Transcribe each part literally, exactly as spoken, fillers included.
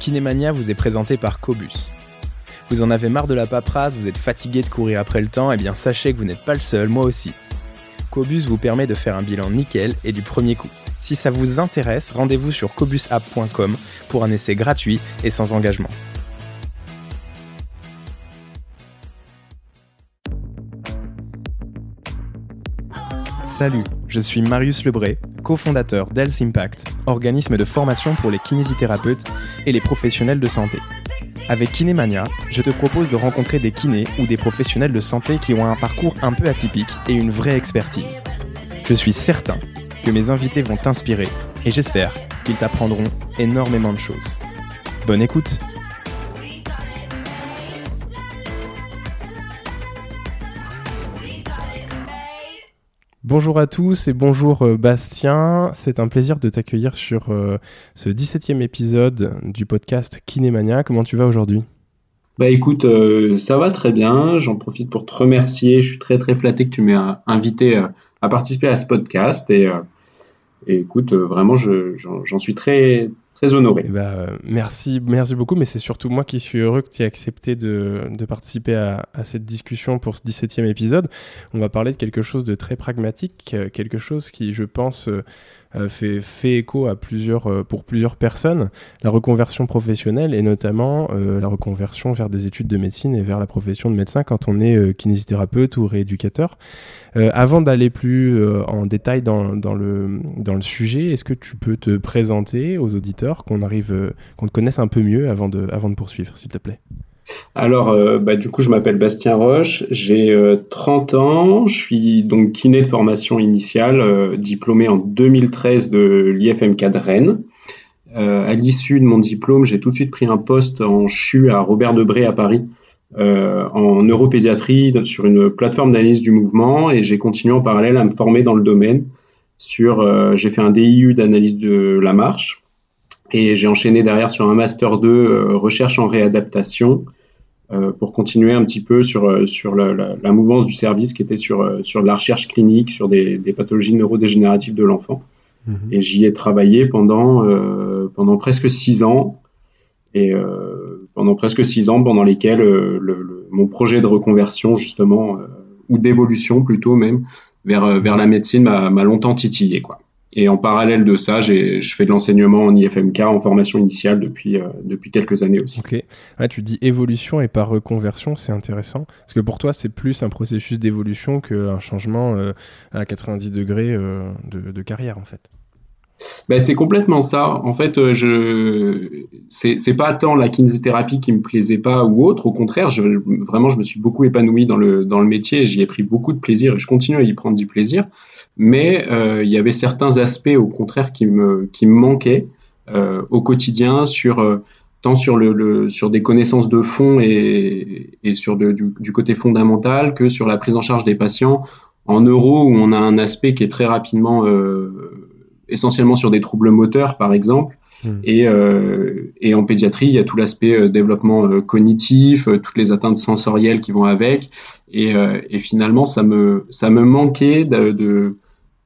Kinémania vous est présenté par Cobus. Vous en avez marre de la paperasse, vous êtes fatigué de courir après le temps, eh bien sachez que vous n'êtes pas le seul, moi aussi. Cobus vous permet de faire un bilan nickel et du premier coup. Si ça vous intéresse, rendez-vous sur cobus app point com pour un essai gratuit et sans engagement. Salut, je suis Marius Lebray, cofondateur d'Health Impact, organisme de formation pour les kinésithérapeutes et les professionnels de santé. Avec Kinémania, je te propose de rencontrer des kinés ou des professionnels de santé qui ont un parcours un peu atypique et une vraie expertise. Je suis certain que mes invités vont t'inspirer et j'espère qu'ils t'apprendront énormément de choses. Bonne écoute! Bonjour à tous et bonjour Bastien, c'est un plaisir de t'accueillir sur euh, ce dix-septième épisode du podcast Kinémania. Comment tu vas aujourd'hui ? Bah écoute, euh, ça va très bien, j'en profite pour te remercier, je suis très très flatté que tu m'aies euh, invité euh, à participer à ce podcast et, euh, et écoute, euh, vraiment je, j'en, j'en suis très très honoré. Eh ben, euh, merci, merci beaucoup, mais c'est surtout moi qui suis heureux que tu aies accepté de, de participer à, à cette discussion pour ce dix-septième épisode. On va parler de quelque chose de très pragmatique, quelque chose qui, je pense, euh, fait, fait écho à plusieurs, euh, pour plusieurs personnes, la reconversion professionnelle et notamment euh, la reconversion vers des études de médecine et vers la profession de médecin quand on est euh, kinésithérapeute ou rééducateur. Euh, avant d'aller plus euh, en détail dans, dans, le, dans le sujet, est-ce que tu peux te présenter aux auditeurs, qu'on arrive, euh, qu'on te connaisse un peu mieux avant de, avant de poursuivre, s'il te plaît? Alors, euh, bah, du coup, je m'appelle Bastien Roche, j'ai euh, trente ans, je suis donc kiné de formation initiale, euh, diplômé en deux mille treize de l'I F M K de Rennes. Euh, à l'issue de mon diplôme, j'ai tout de suite pris un poste en C H U à Robert Debré à Paris, euh, en neuropédiatrie sur une plateforme d'analyse du mouvement, et j'ai continué en parallèle à me former dans le domaine. Sur, euh, j'ai fait un D I U d'analyse de la marche. Et j'ai enchaîné derrière sur un master deux euh, recherche en réadaptation euh, pour continuer un petit peu sur, euh, sur la, la, la mouvance du service qui était sur, euh, sur la recherche clinique, sur des, des pathologies neurodégénératives de l'enfant. Mmh. Et j'y ai travaillé pendant, euh, pendant presque six ans. Et euh, pendant presque six ans pendant lesquels euh, le, le, mon projet de reconversion, justement, euh, ou d'évolution plutôt même, vers, vers la médecine m'a, m'a longtemps titillé, quoi. Et en parallèle de ça, j'ai, je fais de l'enseignement en I F M K, en formation initiale depuis, euh, depuis quelques années aussi. Ok. Ouais, tu dis évolution et pas reconversion, c'est intéressant. Parce que pour toi, c'est plus un processus d'évolution qu'un changement euh, à quatre-vingt-dix degrés euh, de, de carrière, en fait. Ben, c'est complètement ça. En fait, je, c'est, c'est pas tant la kinésithérapie qui me plaisait pas ou autre. Au contraire, je, vraiment, je me suis beaucoup épanoui dans le, dans le métier et j'y ai pris beaucoup de plaisir et je continue à y prendre du plaisir. Mais euh, il y avait certains aspects, au contraire, qui me, qui me manquaient euh, au quotidien, sur, euh, tant sur, le, le, sur des connaissances de fond et, et sur de, du, du côté fondamental que sur la prise en charge des patients en neuro, où on a un aspect qui est très rapidement... Euh, essentiellement sur des troubles moteurs, par exemple. Mmh. Et, euh, et en pédiatrie, il y a tout l'aspect euh, développement euh, cognitif, euh, toutes les atteintes sensorielles qui vont avec. Et, euh, et finalement, ça me, ça me manquait de, de,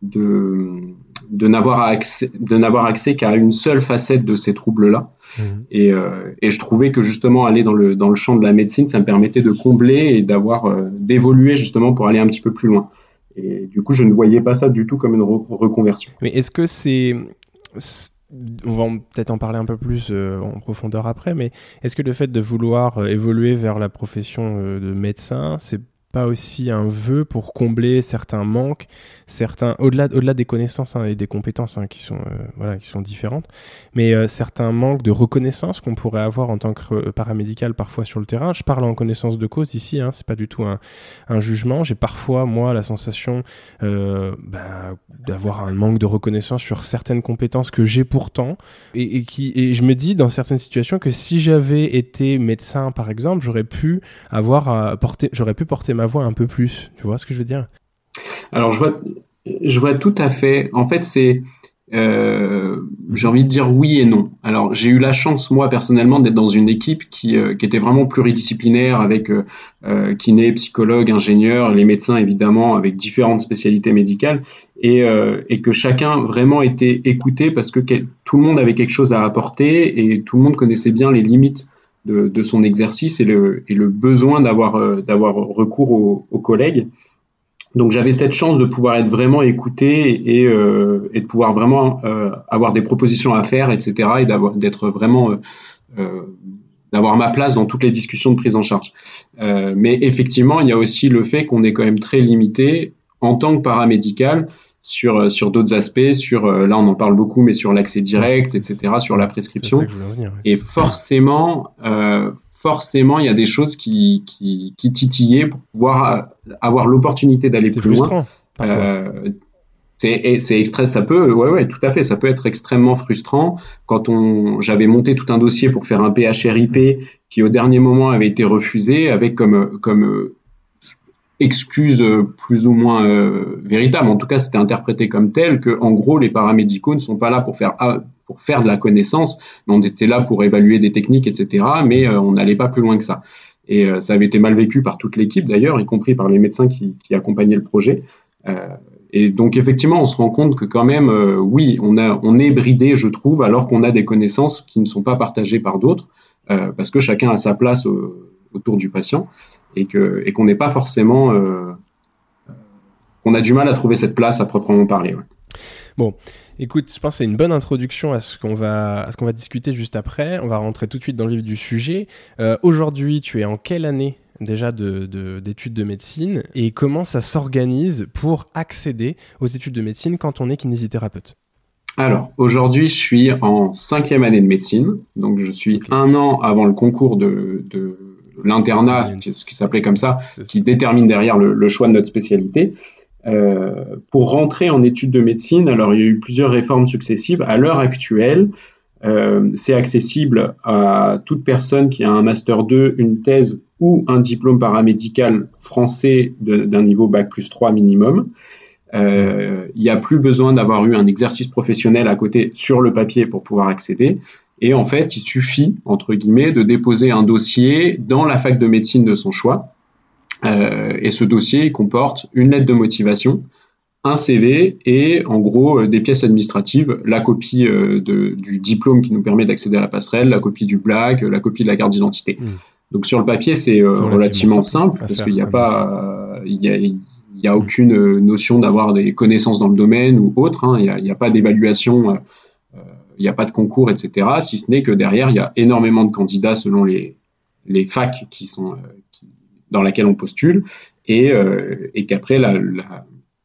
de, de, n'avoir accès, de n'avoir accès qu'à une seule facette de ces troubles-là. Mmh. Et, euh, et je trouvais que justement, aller dans le, dans le champ de la médecine, ça me permettait de combler et d'avoir, euh, d'évoluer justement pour aller un petit peu plus loin. Et du coup, je ne voyais pas ça du tout comme une re- reconversion. Mais est-ce que c'est... On va peut-être en parler un peu plus euh, en profondeur après, mais est-ce que le fait de vouloir euh, évoluer vers la profession euh, de médecin, c'est pas aussi un vœu pour combler certains manques, certains au-delà au-delà des connaissances hein, et des compétences hein, qui sont euh, voilà qui sont différentes, mais euh, certains manques de reconnaissance qu'on pourrait avoir en tant que euh, paramédical parfois sur le terrain. Je parle en connaissance de cause ici, hein, c'est pas du tout un, un jugement. J'ai parfois moi la sensation euh, bah, d'avoir un manque de reconnaissance sur certaines compétences que j'ai pourtant et, et qui et je me dis dans certaines situations que si j'avais été médecin par exemple, j'aurais pu avoir à porter, j'aurais pu porter ma voix un peu plus, tu vois ce que je veux dire? Alors je vois, je vois tout à fait. En fait, c'est Euh, j'ai envie de dire oui et non. Alors, j'ai eu la chance, moi, personnellement, d'être dans une équipe qui, euh, qui était vraiment pluridisciplinaire, avec euh, euh, kiné, psychologue, ingénieur, les médecins, évidemment, avec différentes spécialités médicales, et, euh, et que chacun vraiment était écouté parce que quel, tout le monde avait quelque chose à apporter et tout le monde connaissait bien les limites de, de son exercice et le, et le besoin d'avoir, euh, d'avoir recours aux, aux collègues. Donc j'avais cette chance de pouvoir être vraiment écouté et, euh, et de pouvoir vraiment euh, avoir des propositions à faire, et cetera. Et d'avoir, d'être vraiment, euh, euh, d'avoir ma place dans toutes les discussions de prise en charge. Euh, mais effectivement, il y a aussi le fait qu'on est quand même très limité en tant que paramédical sur sur d'autres aspects. Sur euh, là, on en parle beaucoup, mais sur l'accès direct, et cetera. Sur la prescription. C'est ça que je voulais revenir, ouais. Et forcément. Euh, Forcément, il y a des choses qui, qui, qui titillaient pour pouvoir avoir l'opportunité d'aller c'est plus frustrant, loin. Parfois. Euh, c'est, c'est extra, ça peut, ouais, ouais, tout à fait, ça peut être extrêmement frustrant. Quand on, j'avais monté tout un dossier pour faire un P H R I P qui au dernier moment avait été refusé, avec comme, comme excuse plus ou moins euh, véritable. En tout cas, c'était interprété comme tel que, en gros, les paramédicaux ne sont pas là pour faire pour faire de la connaissance, mais on était là pour évaluer des techniques, et cetera. Mais euh, on n'allait pas plus loin que ça. Et euh, ça avait été mal vécu par toute l'équipe, d'ailleurs, y compris par les médecins qui, qui accompagnaient le projet. Euh, et donc, effectivement, on se rend compte que quand même, euh, oui, on, a, on est bridé, je trouve, alors qu'on a des connaissances qui ne sont pas partagées par d'autres, euh, parce que chacun a sa place au, autour du patient, et, que, et qu'on n'est pas forcément... Euh, qu'on a du mal à trouver cette place à proprement parler. Ouais. Bon, écoute, je pense que c'est une bonne introduction à ce qu'on va, à ce qu'on va discuter juste après. On va rentrer tout de suite dans le vif du sujet. Euh, aujourd'hui, tu es en quelle année déjà de, de, d'études de médecine et comment ça s'organise pour accéder aux études de médecine quand on est kinésithérapeute ? Alors, aujourd'hui, je suis en cinquième année de médecine. Donc, je suis okay. un an avant le concours de, de l'internat, oui, ce qui s'appelait comme ça, qui détermine derrière le, le choix de notre spécialité. Euh, pour rentrer en études de médecine, alors il y a eu plusieurs réformes successives. À l'heure actuelle, euh, c'est accessible à toute personne qui a un master deux, une thèse ou un diplôme paramédical français de, d'un niveau bac plus trois minimum. Euh, il n'y a plus besoin d'avoir eu un exercice professionnel à côté sur le papier pour pouvoir accéder. Et en fait, il suffit, entre guillemets, de déposer un dossier dans la fac de médecine de son choix. Euh, et ce dossier il comporte une lettre de motivation, un C V et en gros euh, des pièces administratives, la copie euh, de, du diplôme qui nous permet d'accéder à la passerelle, la copie du B L A C, la copie de la carte d'identité. Mmh. Donc sur le papier c'est, euh, c'est relativement simple, simple parce qu'il n'y a pas, il y a, il y a aucune euh, notion d'avoir des connaissances dans le domaine ou autre. Hein, il y a, il y a pas d'évaluation, euh, il n'y a pas de concours, et cetera. Si ce n'est que derrière il y a énormément de candidats selon les les facs qui sont euh, dans laquelle on postule, et, euh, et qu'après la, la,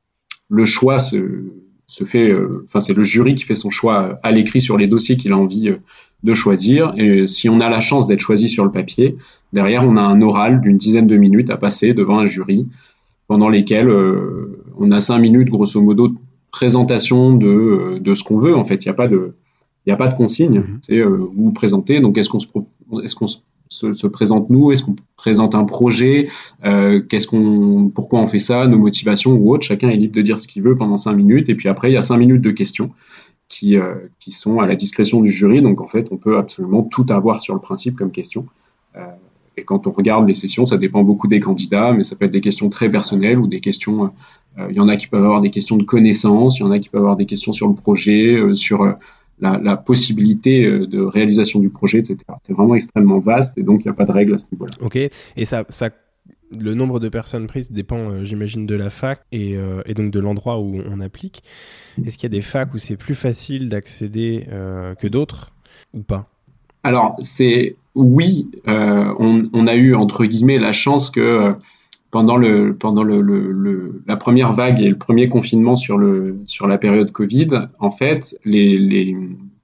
le choix se, se fait, enfin euh, c'est le jury qui fait son choix à l'écrit sur les dossiers qu'il a envie euh, de choisir, et si on a la chance d'être choisi sur le papier, derrière on a un oral d'une dizaine de minutes à passer devant un jury, pendant lesquels euh, on a cinq minutes grosso modo de présentation de, de ce qu'on veut. En fait, il n'y a pas de, il n'y a pas de consigne, mmh. c'est euh, vous vous présentez, donc est-ce qu'on se, est-ce qu'on se Se, se présente nous, est-ce qu'on présente un projet, euh, qu'est-ce qu'on, pourquoi on fait ça, nos motivations ou autre, chacun est libre de dire ce qu'il veut pendant cinq minutes, et puis après il y a cinq minutes de questions qui, euh, qui sont à la discrétion du jury, donc en fait on peut absolument tout avoir sur le principe comme question, euh, et quand on regarde les sessions, ça dépend beaucoup des candidats, mais ça peut être des questions très personnelles ou des questions, euh, il y en a qui peuvent avoir des questions de connaissances, il y en a qui peuvent avoir des questions sur le projet, euh, sur euh, La, la possibilité de réalisation du projet, et cetera. C'est vraiment extrêmement vaste et donc il n'y a pas de règle à ce niveau-là. Ok, et ça, ça, le nombre de personnes prises dépend, euh, j'imagine, de la fac et, euh, et donc de l'endroit où on applique. Est-ce qu'il y a des facs où c'est plus facile d'accéder euh, que d'autres ou pas ? Alors, c'est oui, euh, on, on a eu entre guillemets la chance que euh, pendant le pendant le, le, le la première vague et le premier confinement sur le sur la période Covid, en fait, les les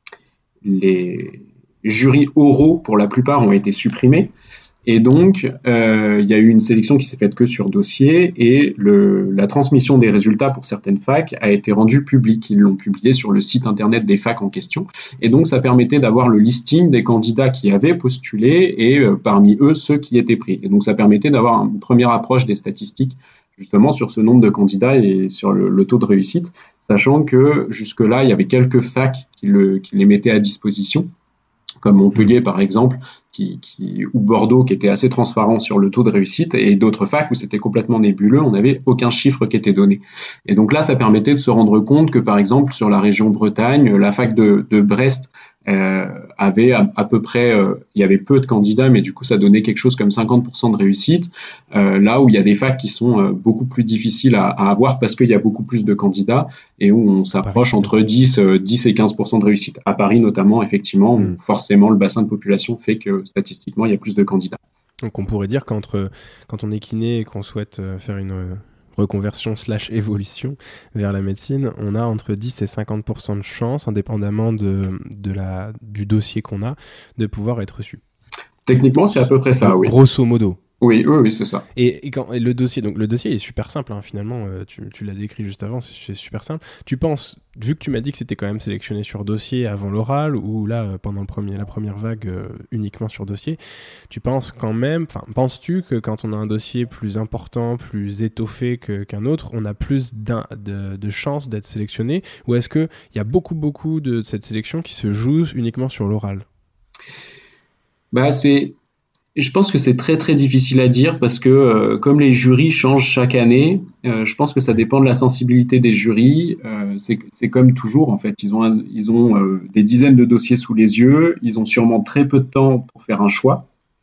les jurys oraux pour la plupart ont été supprimés. Et donc, euh, il y a eu une sélection qui s'est faite que sur dossier et le, la transmission des résultats pour certaines facs a été rendue publique. Ils l'ont publié sur le site internet des facs en question. Et donc, ça permettait d'avoir le listing des candidats qui avaient postulé et euh, parmi eux, ceux qui étaient pris. Et donc, ça permettait d'avoir une première approche des statistiques justement sur ce nombre de candidats et sur le, le taux de réussite. sachant que jusque-là, il y avait quelques facs qui, le, qui les mettaient à disposition, comme Montpellier par exemple, qui, qui, ou Bordeaux, qui était assez transparent sur le taux de réussite, et d'autres facs où c'était complètement nébuleux, on n'avait aucun chiffre qui était donné. Et donc là, ça permettait de se rendre compte que, par exemple, sur la région Bretagne, la fac de, de Brest euh, avait à, à peu près, euh, il y avait peu de candidats, mais du coup, ça donnait quelque chose comme cinquante pour cent de réussite, euh, là où il y a des facs qui sont euh, beaucoup plus difficiles à, à avoir parce qu'il y a beaucoup plus de candidats et où on s'approche entre dix, euh, dix et quinze pour cent de réussite. À Paris notamment, effectivement, mmh. où forcément le bassin de population fait que statistiquement, il y a plus de candidats. Donc on pourrait dire qu'entre, quand on est kiné et qu'on souhaite faire une reconversion slash évolution vers la médecine, on a entre dix et cinquante pour cent de chances, indépendamment de, de la, du dossier qu'on a, de pouvoir être reçu. Techniquement, c'est à peu près ça, donc, oui. Grosso modo. Oui, oui, oui, c'est ça. Et, et, quand, et le dossier, donc le dossier est super simple, hein, finalement, euh, tu, tu l'as décrit juste avant, c'est, c'est super simple. Tu penses, vu que tu m'as dit que c'était quand même sélectionné sur dossier avant l'oral, ou là, euh, pendant le premier, la première vague, euh, uniquement sur dossier, tu penses quand même, enfin, penses-tu que quand on a un dossier plus important, plus étoffé que, qu'un autre, on a plus d'un, de, de chances d'être sélectionné, ou est-ce qu'il y a beaucoup, beaucoup de cette sélection qui se joue uniquement sur l'oral ? Bah, c'est... Je pense que c'est très très difficile à dire parce que euh, comme les jurys changent chaque année, euh, je pense que ça dépend de la sensibilité des jurys. Euh, c'est, c'est comme toujours en fait, ils ont, un, ils ont euh, des dizaines de dossiers sous les yeux, ils ont sûrement très peu de temps pour faire un choix.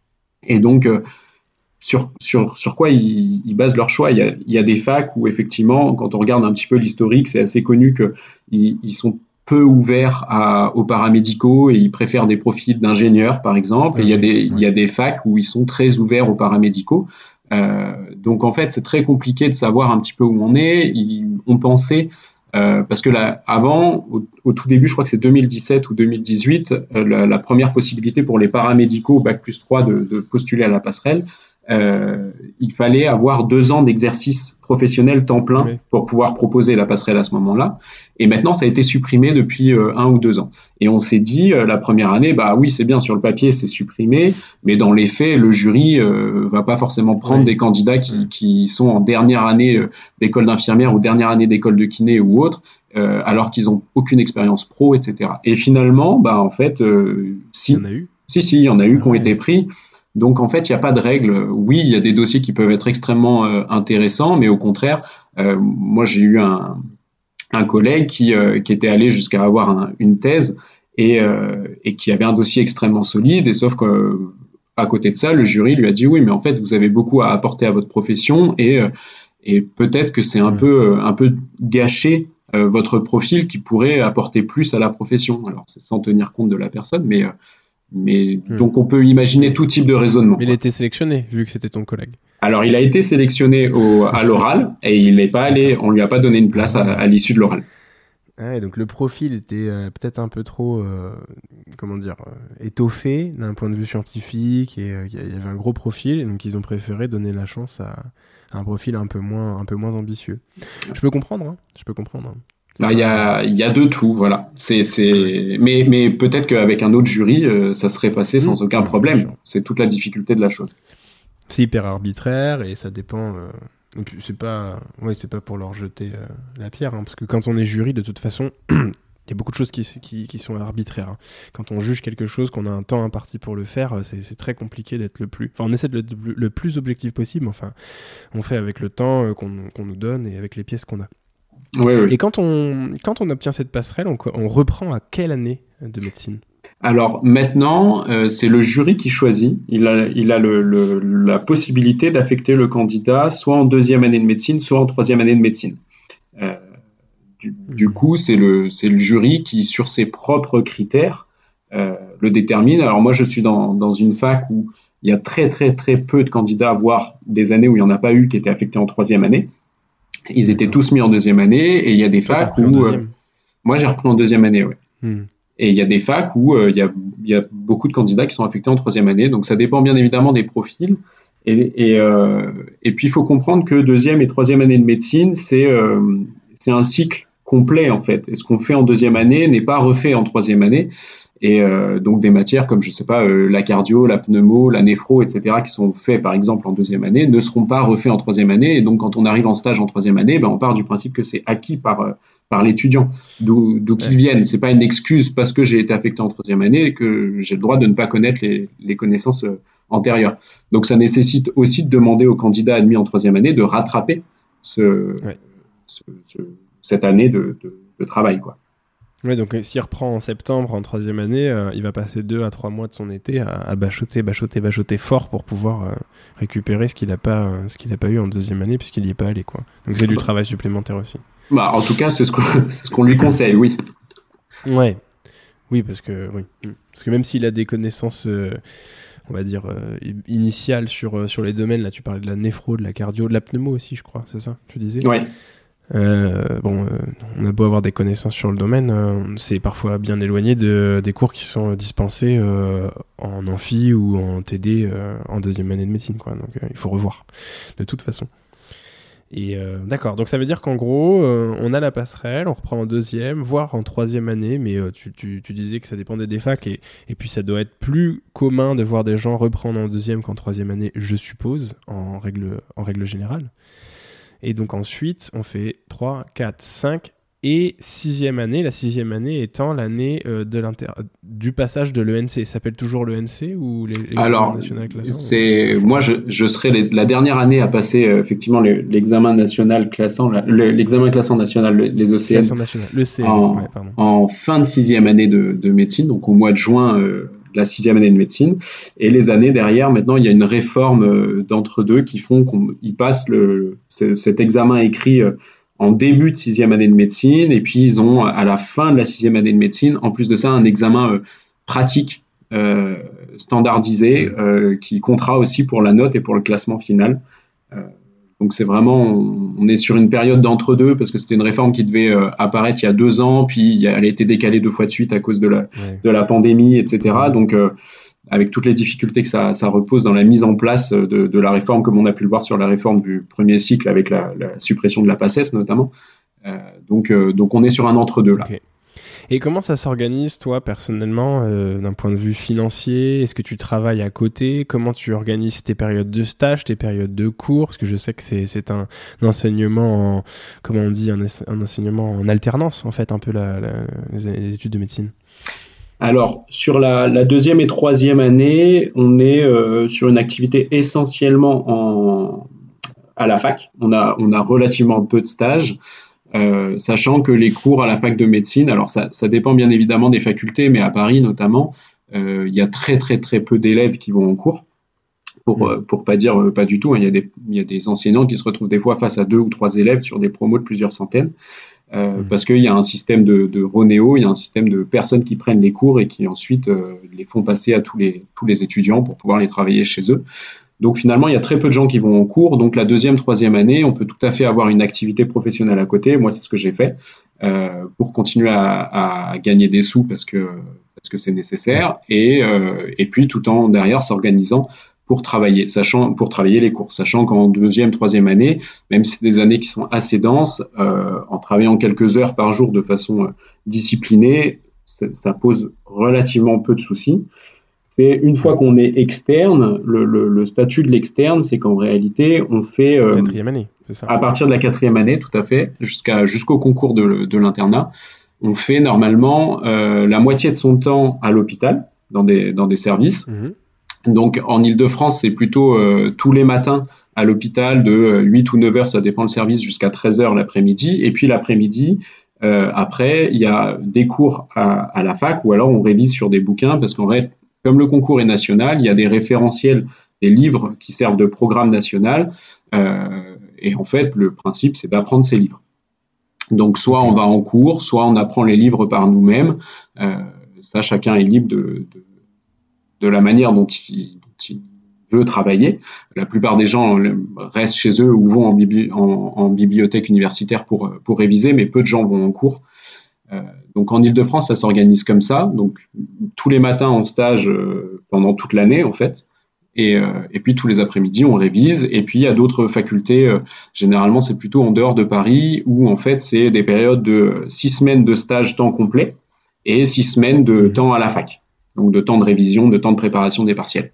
Et donc euh, sur, sur, sur quoi ils, ils basent leur choix ? Il y a, il y a des facs où effectivement, quand on regarde un petit peu l'historique, c'est assez connu qu'ils ils sont peu ouverts à, aux paramédicaux et ils préfèrent des profils d'ingénieurs, par exemple. Okay, et il y a des, ouais. il y a des facs où ils sont très ouverts aux paramédicaux. Euh, donc, en fait, c'est très compliqué de savoir un petit peu où on est. Ils, on pensait, euh, parce que là, avant, au, au tout début, je crois que c'est deux mille dix-sept ou deux mille dix-huit, euh, la, la première possibilité pour les paramédicaux, bac plus trois, de, de postuler à la passerelle, Euh, il fallait avoir deux ans d'exercice professionnel temps plein oui. pour pouvoir proposer la passerelle à ce moment-là. Et maintenant, ça a été supprimé depuis euh, un ou deux ans. Et on s'est dit, euh, la première année, bah oui, c'est bien, sur le papier, c'est supprimé, mais dans les faits, le jury euh, va pas forcément prendre oui. des candidats qui, oui. qui sont en dernière année euh, d'école d'infirmière ou dernière année d'école de kiné ou autre, euh, alors qu'ils ont aucune expérience pro, et cetera. Et finalement, bah en fait, euh, si, il y en a eu. si, si, il y en a eu ah, qui ont ouais. été pris. Donc, en fait, il n'y a pas de règle. Oui, il y a des dossiers qui peuvent être extrêmement euh, intéressants, mais au contraire, euh, moi, j'ai eu un, un collègue qui, euh, qui était allé jusqu'à avoir un, une thèse et, euh, et qui avait un dossier extrêmement solide. Et sauf qu'à côté de ça, le jury lui a dit oui, mais en fait, vous avez beaucoup à apporter à votre profession et, euh, et peut-être que c'est un mmh. peu, un peu gâché euh, votre profil qui pourrait apporter plus à la profession. Alors, c'est sans tenir compte de la personne, mais... Euh, Mais mmh. donc on peut imaginer tout type de raisonnement. Mais il a été sélectionné vu que c'était ton collègue. Alors il a été sélectionné au, à l'oral et il n'est pas allé, on lui a pas donné une place à, à l'issue de l'oral. Ah ouais, donc le profil était euh, peut-être un peu trop, euh, comment dire, euh, étoffé d'un point de vue scientifique et euh, il y avait un gros profil et donc ils ont préféré donner la chance à, à un profil un peu moins, un peu moins ambitieux. Je peux comprendre, hein, je peux comprendre. Hein. Bah, il y a, il y a de tout, voilà. C'est, c'est, mais, mais peut-être qu'avec un autre jury, euh, ça serait passé sans mmh, aucun problème. C'est toute la difficulté de la chose. C'est hyper arbitraire et ça dépend. Euh... Et puis c'est pas, ouais, c'est pas pour leur jeter euh, la pierre, hein, parce que quand on est jury, de toute façon, il y a beaucoup de choses qui, qui, qui sont arbitraires. Hein. Quand on juge quelque chose, qu'on a un temps imparti pour le faire, c'est, c'est très compliqué d'être le plus. Enfin, on essaie d'être le, le plus objectif possible. Enfin, on fait avec le temps euh, qu'on, qu'on nous donne et avec les pièces qu'on a. Oui, oui. Et quand on, quand on obtient cette passerelle, on, on reprend à quelle année de médecine ? Alors maintenant, euh, c'est le jury qui choisit. Il a, il a le, le, la possibilité d'affecter le candidat soit en deuxième année de médecine, soit en troisième année de médecine. Euh, du, mmh. du coup, c'est le, c'est le jury qui, sur ses propres critères, euh, le détermine. Alors moi, je suis dans, dans une fac où il y a très très très peu de candidats, voire des années où il n'y en a pas eu qui étaient affectés en troisième année. Ils étaient tous mis en deuxième année et il y a des Toi, facs où... Euh, moi, j'ai repris en deuxième année, oui. Hmm. Et il y a des facs où euh, il y a, il y a beaucoup de candidats qui sont affectés en troisième année. Donc, ça dépend bien évidemment des profils. Et, et, euh, et puis, il faut comprendre que deuxième et troisième année de médecine, c'est, euh, c'est un cycle complet en fait. Et ce qu'on fait en deuxième année n'est pas refait en troisième année. Et euh, donc des matières comme je sais pas euh, la cardio, la pneumo, la néphro, et cetera qui sont faits par exemple en deuxième année ne seront pas refaits en troisième année. Et donc quand on arrive en stage en troisième année, ben on part du principe que c'est acquis par euh, par l'étudiant, d'où d'où qu'ils viennent. C'est pas une excuse parce que j'ai été affecté en troisième année que j'ai le droit de ne pas connaître les les connaissances euh, antérieures. Donc ça nécessite aussi de demander aux candidats admis en troisième année de rattraper ce, ouais. ce, ce cette année de, de, de travail quoi. Ouais, donc s'il reprend en septembre en troisième année, euh, il va passer deux à trois mois de son été à, à bachoter, bachoter, bachoter fort pour pouvoir euh, récupérer ce qu'il n'a pas, euh, ce qu'il a pas eu en deuxième année puisqu'il n'y est pas allé quoi. Donc c'est du travail supplémentaire aussi. Bah en tout cas c'est ce qu'on, c'est ce qu'on lui conseille, oui. Ouais, oui parce que oui, parce que même s'il a des connaissances, euh, on va dire euh, initiales sur euh, sur les domaines, là tu parlais de la néphro, de la cardio, de la pneumo aussi, je crois, c'est ça, tu disais. Ouais. Euh, bon, euh, on a beau avoir des connaissances sur le domaine, euh, c'est parfois bien éloigné de, des cours qui sont dispensés euh, en amphi ou en T D euh, en deuxième année de médecine, quoi. Donc euh, il faut revoir de toute façon. Et euh, d'accord, donc ça veut dire qu'en gros, euh, on a la passerelle, on reprend en deuxième, voire en troisième année, mais euh, tu, tu, tu disais que ça dépendait des facs, et, et puis ça doit être plus commun de voir des gens reprendre en deuxième qu'en troisième année, je suppose, en règle, en règle générale. Et donc ensuite, on fait trois, quatre, cinq et sixième année. La sixième année étant l'année euh, de l'inter... du passage de l'E N C. Ça s'appelle toujours l'E N C ou l'examen Alors, national classant? c'est... Moi, je, je serai les... la dernière année à passer euh, effectivement le, l'examen national classant, la... le, l'examen classant national, le, les E C N. Classant national, le C N, en, ouais, pardon. En fin de sixième année de, de médecine, donc au mois de juin, euh, la sixième année de médecine. Et les années derrière, maintenant, il y a une réforme euh, d'entre-deux qui font qu'ils passent le, ce, cet examen écrit euh, en début de sixième année de médecine, et puis ils ont à la fin de la sixième année de médecine, en plus de ça, un examen euh, pratique euh, standardisé euh, qui comptera aussi pour la note et pour le classement final. Euh, donc c'est vraiment, on, on est sur une période d'entre-deux parce que c'était une réforme qui devait euh, apparaître il y a deux ans, puis elle a été décalée deux fois de suite à cause de la, ouais. de la pandémie, et cetera. Donc euh, avec toutes les difficultés que ça, ça repose dans la mise en place de, de la réforme, comme on a pu le voir sur la réforme du premier cycle avec la, la suppression de la PACES notamment. Euh, donc, euh, donc on est sur un entre-deux là. Okay. Et comment ça s'organise, toi, personnellement, euh, d'un point de vue financier? Est-ce que tu travailles à côté? Comment tu organises tes périodes de stage, tes périodes de cours? Parce que je sais que c'est, c'est un, un enseignement, en, comment on dit, un, un enseignement en alternance, en fait, un peu la, la, les études de médecine. Alors, sur la, la deuxième et troisième année, on est euh, sur une activité essentiellement en, à la fac. On a, on a relativement peu de stages. Euh, sachant que les cours à la fac de médecine, alors ça, ça dépend bien évidemment des facultés, mais à Paris notamment, euh, il y a très très très peu d'élèves qui vont en cours, pour mmh. euh, pour pas dire euh, pas du tout. Hein, il y a des il y a des enseignants qui se retrouvent des fois face à deux ou trois élèves sur des promos de plusieurs centaines, euh, mmh. parce qu'il y a un système de, de Ronéo, il y a un système de personnes qui prennent les cours et qui ensuite euh, les font passer à tous les tous les étudiants pour pouvoir les travailler chez eux. Donc finalement, il y a très peu de gens qui vont en cours. Donc la deuxième, troisième année, on peut tout à fait avoir une activité professionnelle à côté. Moi, c'est ce que j'ai fait euh, pour continuer à, à gagner des sous parce que parce que c'est nécessaire. Et euh, et puis tout en derrière s'organisant pour travailler, sachant pour travailler les cours, sachant qu'en deuxième, troisième année, même si c'est des années qui sont assez denses, euh, en travaillant quelques heures par jour de façon euh, disciplinée, ça, ça pose relativement peu de soucis. C'est une fois qu'on est externe, le, le, le statut de l'externe, c'est qu'en réalité, on fait euh, quatrième année, c'est ça. À partir de la quatrième année, tout à fait, jusqu'à jusqu'au concours de, de l'internat, on fait normalement euh, la moitié de son temps à l'hôpital, dans des dans des services. Mmh. Donc en Île-de-France, c'est plutôt euh, tous les matins à l'hôpital de euh, huit ou neuf heures, ça dépend le service, jusqu'à treize heures l'après-midi, et puis l'après-midi. Euh, après, il y a des cours à, à la fac, ou alors on révise sur des bouquins, parce qu'en vrai, comme le concours est national, il y a des référentiels, des livres qui servent de programme national. Euh, et en fait, le principe, c'est d'apprendre ces livres. Donc, soit on va en cours, soit on apprend les livres par nous-mêmes. Euh, ça, chacun est libre de, de, de la manière dont il, dont il veut travailler. La plupart des gens restent chez eux ou vont en, bibli- en, en bibliothèque universitaire pour, pour réviser, mais peu de gens vont en cours. Euh, donc en Île-de-France, ça s'organise comme ça. Donc tous les matins en stage euh, pendant toute l'année en fait, Et, euh, et puis tous les après-midi, on révise. Et puis il y a d'autres facultés, euh, généralement c'est plutôt en dehors de Paris, où en fait c'est des périodes de six semaines de stage temps complet et six semaines de temps à la fac. Donc de temps de révision, de temps de préparation des partiels.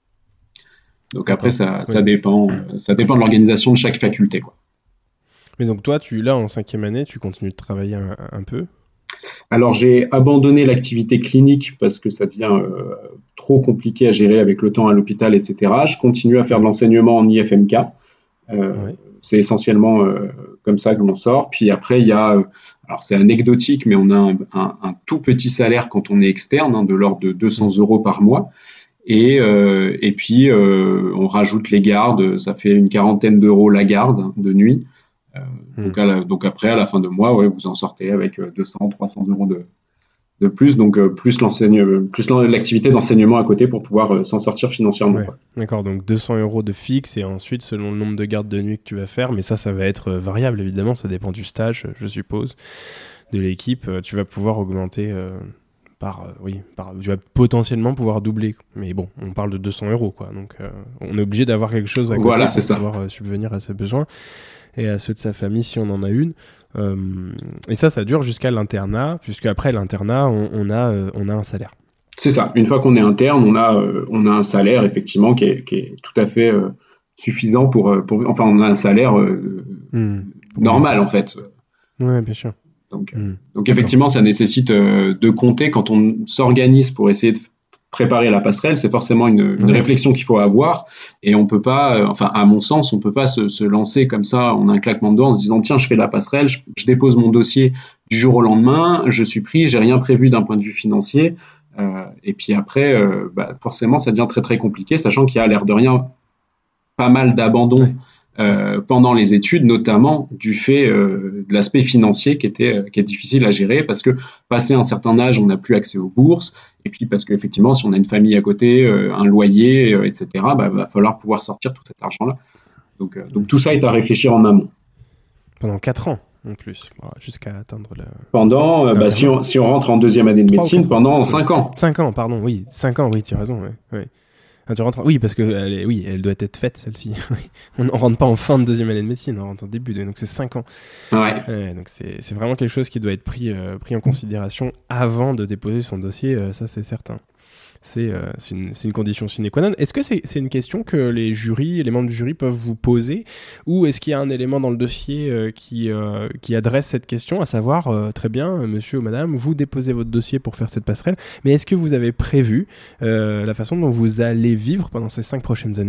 Donc après ça, ça, dépend, ça dépend de l'organisation de chaque faculté, quoi. Mais donc toi, tu là en cinquième année, tu continues de travailler un, un peu? Alors j'ai abandonné l'activité clinique parce que ça devient euh, trop compliqué à gérer avec le temps à l'hôpital, et cetera. Je continue à faire de l'enseignement en I F M K. Euh, ouais. C'est essentiellement euh, comme ça que je m'en sors. Puis après, il y a, euh, alors c'est anecdotique, mais on a un, un, un tout petit salaire quand on est externe, hein, de l'ordre de deux cents euros par mois. Et, euh, et puis, euh, on rajoute les gardes, ça fait une quarantaine d'euros la garde de nuit. Euh, mmh. donc, à la, donc après, à la fin de mois, ouais, vous en sortez avec deux cents, trois cents euros de, de plus, donc euh, plus, l'enseigne, plus l'activité d'enseignement à côté pour pouvoir euh, s'en sortir financièrement. Ouais. D'accord, donc deux cents euros de fixe et ensuite selon le nombre de gardes de nuit que tu vas faire, mais ça, ça va être variable évidemment, ça dépend du stage, je suppose, de l'équipe. Tu vas pouvoir augmenter euh, par, euh, oui, par, tu vas potentiellement pouvoir doubler, mais bon, on parle de deux cents euros, quoi, donc euh, on est obligé d'avoir quelque chose à côté voilà, pour ça. pouvoir euh, subvenir à ses besoins et à ceux de sa famille si on en a une. Euh, et ça, ça dure jusqu'à l'internat, puisque après l'internat, on, on, a, euh, on a un salaire. C'est ça. Une fois qu'on est interne, on a, euh, on a un salaire effectivement qui est, qui est tout à fait euh, suffisant pour, pour. Enfin, on a un salaire euh, mmh. normal en fait. Oui, bien sûr. Donc, mmh. donc effectivement, ça nécessite euh, de compter quand on s'organise pour essayer de préparer la passerelle. C'est forcément une, une mmh. réflexion qu'il faut avoir, et on peut pas, euh, enfin à mon sens, on peut pas se, se lancer comme ça en un claquement de doigts en se disant tiens, je fais la passerelle, je, je dépose mon dossier du jour au lendemain, je suis pris, j'ai rien prévu d'un point de vue financier, euh, et puis après, euh, bah, forcément, ça devient très très compliqué, sachant qu'il y a l'air de rien pas mal d'abandon. Ouais. Euh, pendant les études, notamment du fait euh, de l'aspect financier qui était euh, qui est difficile à gérer, parce que passé un certain âge, on n'a plus accès aux bourses, et puis parce qu'effectivement, si on a une famille à côté, euh, un loyer, euh, et cetera, bah, va falloir pouvoir sortir tout cet argent-là. Donc, euh, donc tout ça est à réfléchir en amont. Pendant quatre ans en plus, jusqu'à atteindre le. Pendant, euh, bah, si on si on rentre en deuxième année de médecine, pendant cinq ans. Cinq ans, pardon, oui, cinq ans, oui, tu as raison, ouais. ouais. Ah, tu rentres... Oui, parce que elle est... oui, elle doit être faite, celle-ci. On ne rentre pas en fin de deuxième année de médecine, on rentre en début, donc c'est cinq ans. Ouais. ouais donc c'est, c'est vraiment quelque chose qui doit être pris, euh, pris en considération avant de déposer son dossier, euh, ça c'est certain. C'est, euh, c'est, une, c'est une condition sine qua non. Est-ce que c'est, c'est une question que les jurys, les membres du jury peuvent vous poser, ou est-ce qu'il y a un élément dans le dossier euh, qui, euh, qui adresse cette question, à savoir, euh, très bien, monsieur ou madame, vous déposez votre dossier pour faire cette passerelle, mais est-ce que vous avez prévu euh, la façon dont vous allez vivre pendant ces cinq prochaines années ?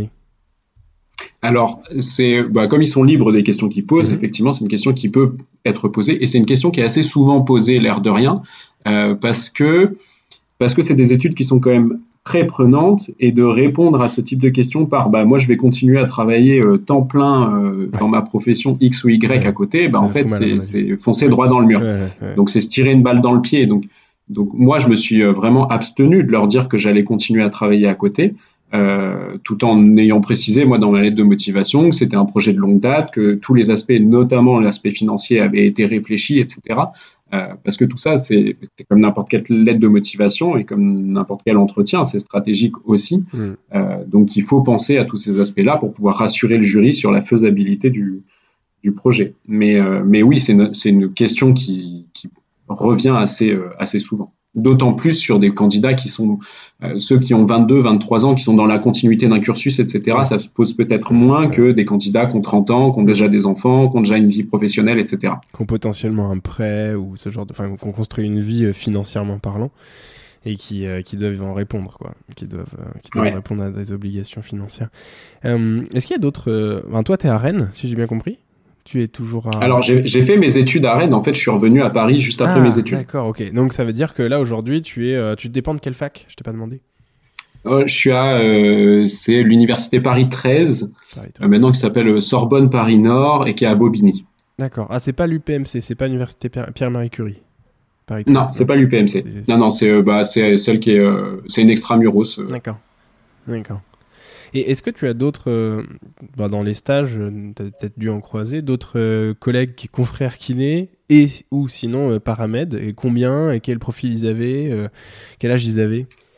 Alors, c'est, bah, comme ils sont libres des questions qu'ils posent, mmh. effectivement, c'est une question qui peut être posée, et c'est une question qui est assez souvent posée, l'air de rien, euh, parce que Parce que c'est des études qui sont quand même très prenantes, et de répondre à ce type de questions par bah, « moi je vais continuer à travailler euh, temps plein euh, ouais. dans ma profession X ou Y ouais. à côté bah, », en fait c'est, c'est foncer droit dans le mur. Ouais, ouais. Donc c'est se tirer une balle dans le pied. Donc, donc moi je me suis vraiment abstenu de leur dire que j'allais continuer à travailler à côté, euh, tout en ayant précisé moi dans ma lettre de motivation que c'était un projet de longue date, que tous les aspects, notamment l'aspect financier, avaient été réfléchis, et cetera. Euh, parce que tout ça, c'est, c'est comme n'importe quelle lettre de motivation et comme n'importe quel entretien, c'est stratégique aussi. Mmh. Euh, donc, il faut penser à tous ces aspects-là pour pouvoir rassurer le jury sur la faisabilité du, du projet. Mais, euh, mais oui, c'est une, c'est une question qui, qui revient assez, euh, assez souvent. D'autant plus sur des candidats qui sont euh, ceux qui ont vingt-deux, vingt-trois ans, qui sont dans la continuité d'un cursus, et cetera. Ça se pose peut-être moins que des candidats qui ont trente ans, qui ont déjà des enfants, qui ont déjà une vie professionnelle, et cetera. Qui ont potentiellement un prêt ou ce genre de, enfin, qui ont construit une vie euh, financièrement parlant et qui euh, qui doivent en répondre, quoi, qui doivent euh, qui doivent ouais. répondre à des obligations financières. Euh, est-ce qu'il y a d'autres euh... enfin, toi, t'es à Rennes, si j'ai bien compris. Tu es toujours à... Alors, j'ai, j'ai fait mes études à Rennes. En fait, je suis revenu à Paris juste après ah, mes études. D'accord, ok. Donc, ça veut dire que là, aujourd'hui, tu es, euh, tu dépends de quelle fac ? Je t'ai pas demandé. Euh, je suis à... Euh, c'est l'université Paris treize, Paris treize. Euh, maintenant qui s'appelle Sorbonne Paris Nord et qui est à Bobigny. D'accord. Ah, c'est pas l'U P M C, c'est pas l'université Pierre-Marie Curie. Paris treize, non, c'est non. pas l'U P M C. C'est... Non, non, c'est, euh, bah, c'est celle qui est... Euh, c'est une extramuros. Euh. D'accord. D'accord. Et est-ce que tu as d'autres, euh, bah dans les stages, tu as peut-être dû en croiser, d'autres euh, collègues qui confrères kinés et ou sinon euh, paramèdes, et combien, et quel profil ils avaient, euh, quel âge ils avaient ?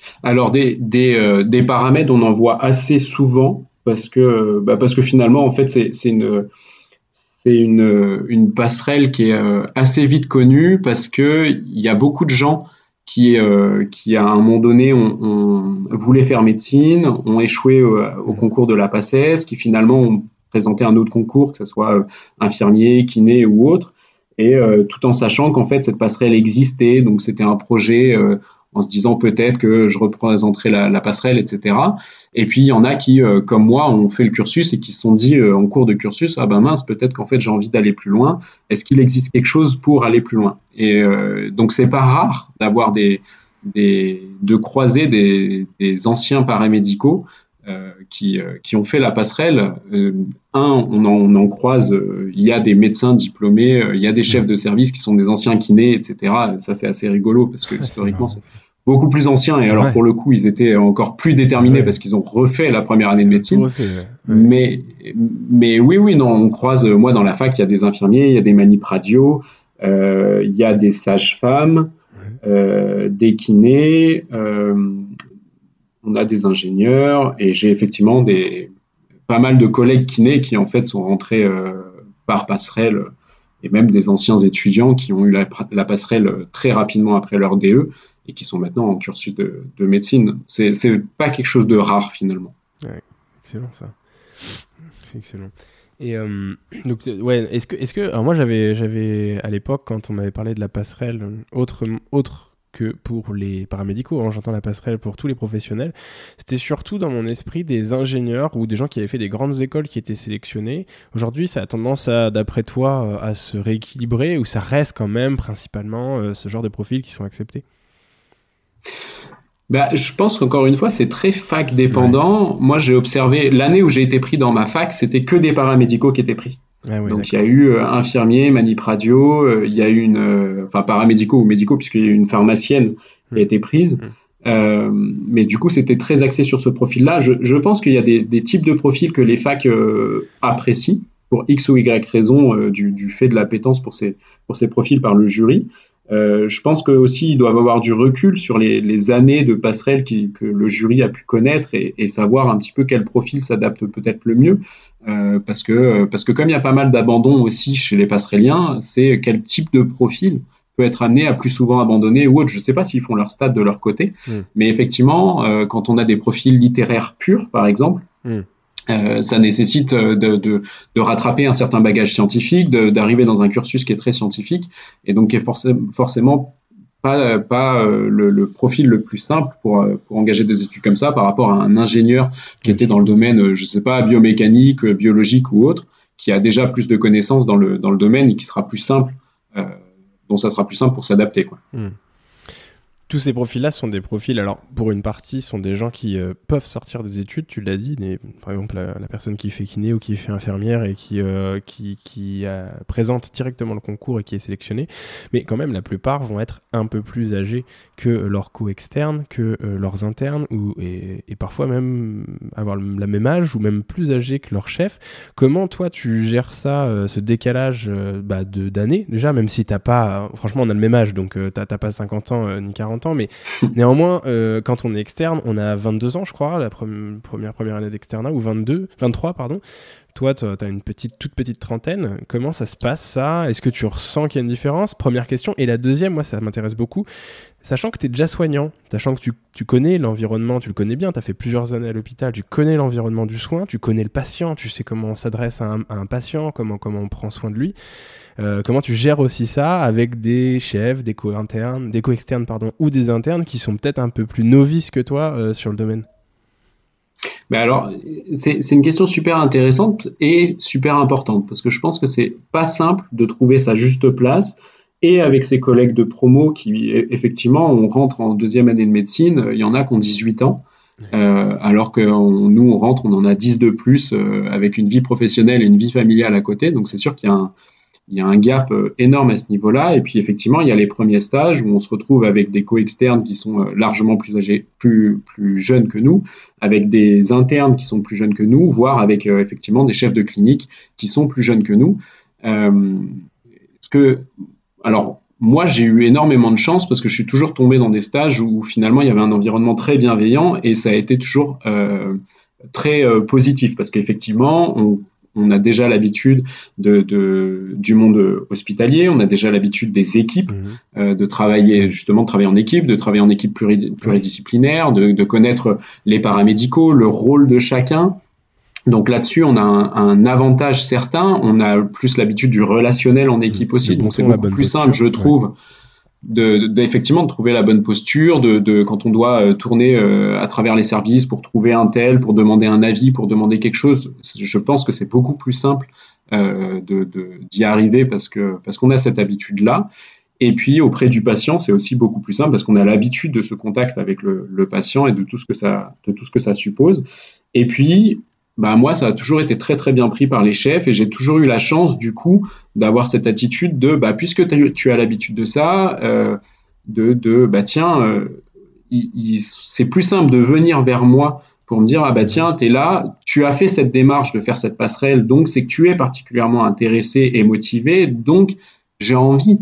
Alors des des euh, des paramètres, on en voit assez souvent parce que bah, parce que finalement en fait c'est c'est une c'est une une passerelle qui est euh, assez vite connue parce que il y a beaucoup de gens qui euh, qui à un moment donné ont, ont voulaient faire médecine, ont échoué au, au concours de la PACES, qui finalement ont présenté un autre concours, que ce soit euh, infirmier, kiné ou autre, et euh, tout en sachant qu'en fait cette passerelle existait, donc c'était un projet euh, en se disant peut-être que je représenterai la, la passerelle, et cetera. Et puis il y en a qui, euh, comme moi, ont fait le cursus et qui se sont dit euh, en cours de cursus, ah ben mince, peut-être qu'en fait j'ai envie d'aller plus loin. Est-ce qu'il existe quelque chose pour aller plus loin? Et euh, donc c'est pas rare d'avoir des, des de croiser des, des anciens paramédicaux euh, qui, euh, qui ont fait la passerelle. Euh, un, on en, on en croise, euh, il y a des médecins diplômés, euh, il y a des chefs de service qui sont des anciens kinés, et cetera. Ça, c'est assez rigolo parce que Ouais, c'est historiquement, marrant. c'est beaucoup plus ancien. Et alors, Ouais, pour le coup, ils étaient encore plus déterminés ouais. parce qu'ils ont refait la première année de Il a tout médecine. refait, ouais. Ouais. Mais, mais oui, oui, non, on croise, euh, moi, dans la fac, il y a des infirmiers, il y a des manip radio, euh, il y a des sages-femmes, Ouais. euh, des kinés, euh, on a des ingénieurs, et j'ai effectivement des, pas mal de collègues kinés qui, en fait, sont rentrés euh, par passerelle, et même des anciens étudiants qui ont eu la, la passerelle très rapidement après leur D E et qui sont maintenant en cursus de, de médecine. C'est, c'est pas quelque chose de rare, finalement. Ouais. Excellent ça. C'est excellent. Et euh, donc euh, ouais, est-ce que est-ce que alors moi j'avais j'avais à l'époque quand on m'avait parlé de la passerelle euh, autre autre que pour les paramédicaux, hein, j'entends la passerelle pour tous les professionnels, c'était surtout dans mon esprit des ingénieurs ou des gens qui avaient fait des grandes écoles qui étaient sélectionnés. Aujourd'hui, ça a tendance à, d'après toi, euh, à se rééquilibrer ou ça reste quand même principalement euh, ce genre de profils qui sont acceptés? Bah, je pense qu'encore une fois, c'est très fac Ouais. dépendant. Moi, j'ai observé, l'année où j'ai été pris dans ma fac, c'était que des paramédicaux qui étaient pris. Ah ouais, Donc, il y a d'accord. eu euh, infirmier, manip radio, euh, il y a eu une, euh, enfin, paramédicaux ou médicaux, puisqu'il y a eu une pharmacienne qui a Hmm. été prise. Hmm. Euh, mais du coup, c'était très axé sur ce profil-là. Je, je pense qu'il y a des, des types de profils que les facs euh, apprécient pour X ou Y raison euh, du, du fait de l'appétence pour ces, pour ces profils par le jury. Euh, je pense que aussi ils doivent avoir du recul sur les, les années de passerelle qui, que le jury a pu connaître et, et savoir un petit peu quel profil s'adapte peut-être le mieux. Euh, parce que parce que comme il y a pas mal d'abandon aussi chez les passerelliens, c'est quel type de profil peut être amené à plus souvent abandonner ou autre. Je ne sais pas s'ils font leur stade de leur côté, Hmm. mais effectivement, euh, quand on a des profils littéraires purs, par exemple, Hmm. euh, ça nécessite de, de, de rattraper un certain bagage scientifique, de, d'arriver dans un cursus qui est très scientifique, et donc qui est forcément, forcément pas, pas euh, le, le profil le plus simple pour, pour engager des études comme ça par rapport à un ingénieur qui Ouais, je était dans le suppose. domaine, je sais pas, biomécanique, biologique ou autre, qui a déjà plus de connaissances dans le, dans le domaine et qui sera plus simple, euh, dont ça sera plus simple pour s'adapter, quoi. Hmm. Tous ces profils-là sont des profils, alors pour une partie, sont des gens qui euh, peuvent sortir des études, tu l'as dit, mais, par exemple la, la personne qui fait kiné ou qui fait infirmière et qui, euh, qui, qui euh, présente directement le concours et qui est sélectionnée, mais quand même la plupart vont être un peu plus âgés que leurs co-externes, que euh, leurs internes, ou, et, et parfois même avoir le, la même âge ou même plus âgés que leur chef. Comment toi tu gères ça, euh, ce décalage euh, bah, de, d'années déjà, même si t'as pas, franchement on a le même âge, donc euh, t'as, t'as pas cinquante ans euh, ni quarante ans, mais néanmoins, euh, quand on est externe, on a vingt-deux ans, je crois, la pre- première, première année d'externat, ou vingt-deux, vingt-trois, pardon. Toi, tu as une petite, toute petite trentaine. Comment ça se passe, ça? Est-ce que tu ressens qu'il y a une différence? Première question. Et la deuxième, moi, ça m'intéresse beaucoup. Sachant que tu es déjà soignant, sachant que tu, tu connais l'environnement, tu le connais bien, tu as fait plusieurs années à l'hôpital, tu connais l'environnement du soin, tu connais le patient, tu sais comment on s'adresse à un, à un patient, comment, comment on prend soin de lui. Euh, comment tu gères aussi ça avec des chefs, des co-internes, des co-externes, pardon, ou des internes qui sont peut-être un peu plus novices que toi euh, sur le domaine? Mais alors, c'est, c'est une question super intéressante et super importante parce que je pense que c'est pas simple de trouver sa juste place et avec ses collègues de promo qui, effectivement, on rentre en deuxième année de médecine, il y en a qui ont dix-huit ans, euh, alors que on- nous, on rentre, on en a dix de plus euh, avec une vie professionnelle et une vie familiale à côté. Donc, c'est sûr qu'il y a un, il y a un gap euh, énorme à ce niveau-là. Et puis, effectivement, il y a les premiers stages où on se retrouve avec des co-externes qui sont euh, largement plus âgés, plus, plus jeunes que nous, avec des internes qui sont plus jeunes que nous, voire avec euh, effectivement des chefs de clinique qui sont plus jeunes que nous. Euh, ce que, alors, moi, j'ai eu énormément de chance parce que je suis toujours tombé dans des stages où finalement il y avait un environnement très bienveillant et ça a été toujours euh, très euh, positif parce qu'effectivement, on, on a déjà l'habitude de, de, du monde hospitalier, on a déjà l'habitude des équipes, mmh. euh, de travailler justement, de travailler en équipe, de travailler en équipe pluri, pluridisciplinaire, de, de connaître les paramédicaux, le rôle de chacun. Donc là-dessus, on a un, un avantage certain. On a plus l'habitude du relationnel en équipe aussi. Donc c'est beaucoup plus simple, je trouve, ouais. de, de, effectivement de trouver la bonne posture, de, de quand on doit tourner euh, à travers les services pour trouver un tel, pour demander un avis, pour demander quelque chose. Je pense que c'est beaucoup plus simple euh, de, de, d'y arriver parce que parce qu'on a cette habitude-là. Et puis auprès du patient, c'est aussi beaucoup plus simple parce qu'on a l'habitude de ce contact avec le, le patient et de tout ce que ça de tout ce que ça suppose. Et puis bah moi, ça a toujours été très très bien pris par les chefs et j'ai toujours eu la chance du coup d'avoir cette attitude de bah puisque tu as l'habitude de ça, euh, de de bah tiens, euh, il, il, c'est plus simple de venir vers moi pour me dire ah bah tiens t'es là, tu as fait cette démarche de faire cette passerelle, donc c'est que tu es particulièrement intéressé et motivé, donc j'ai envie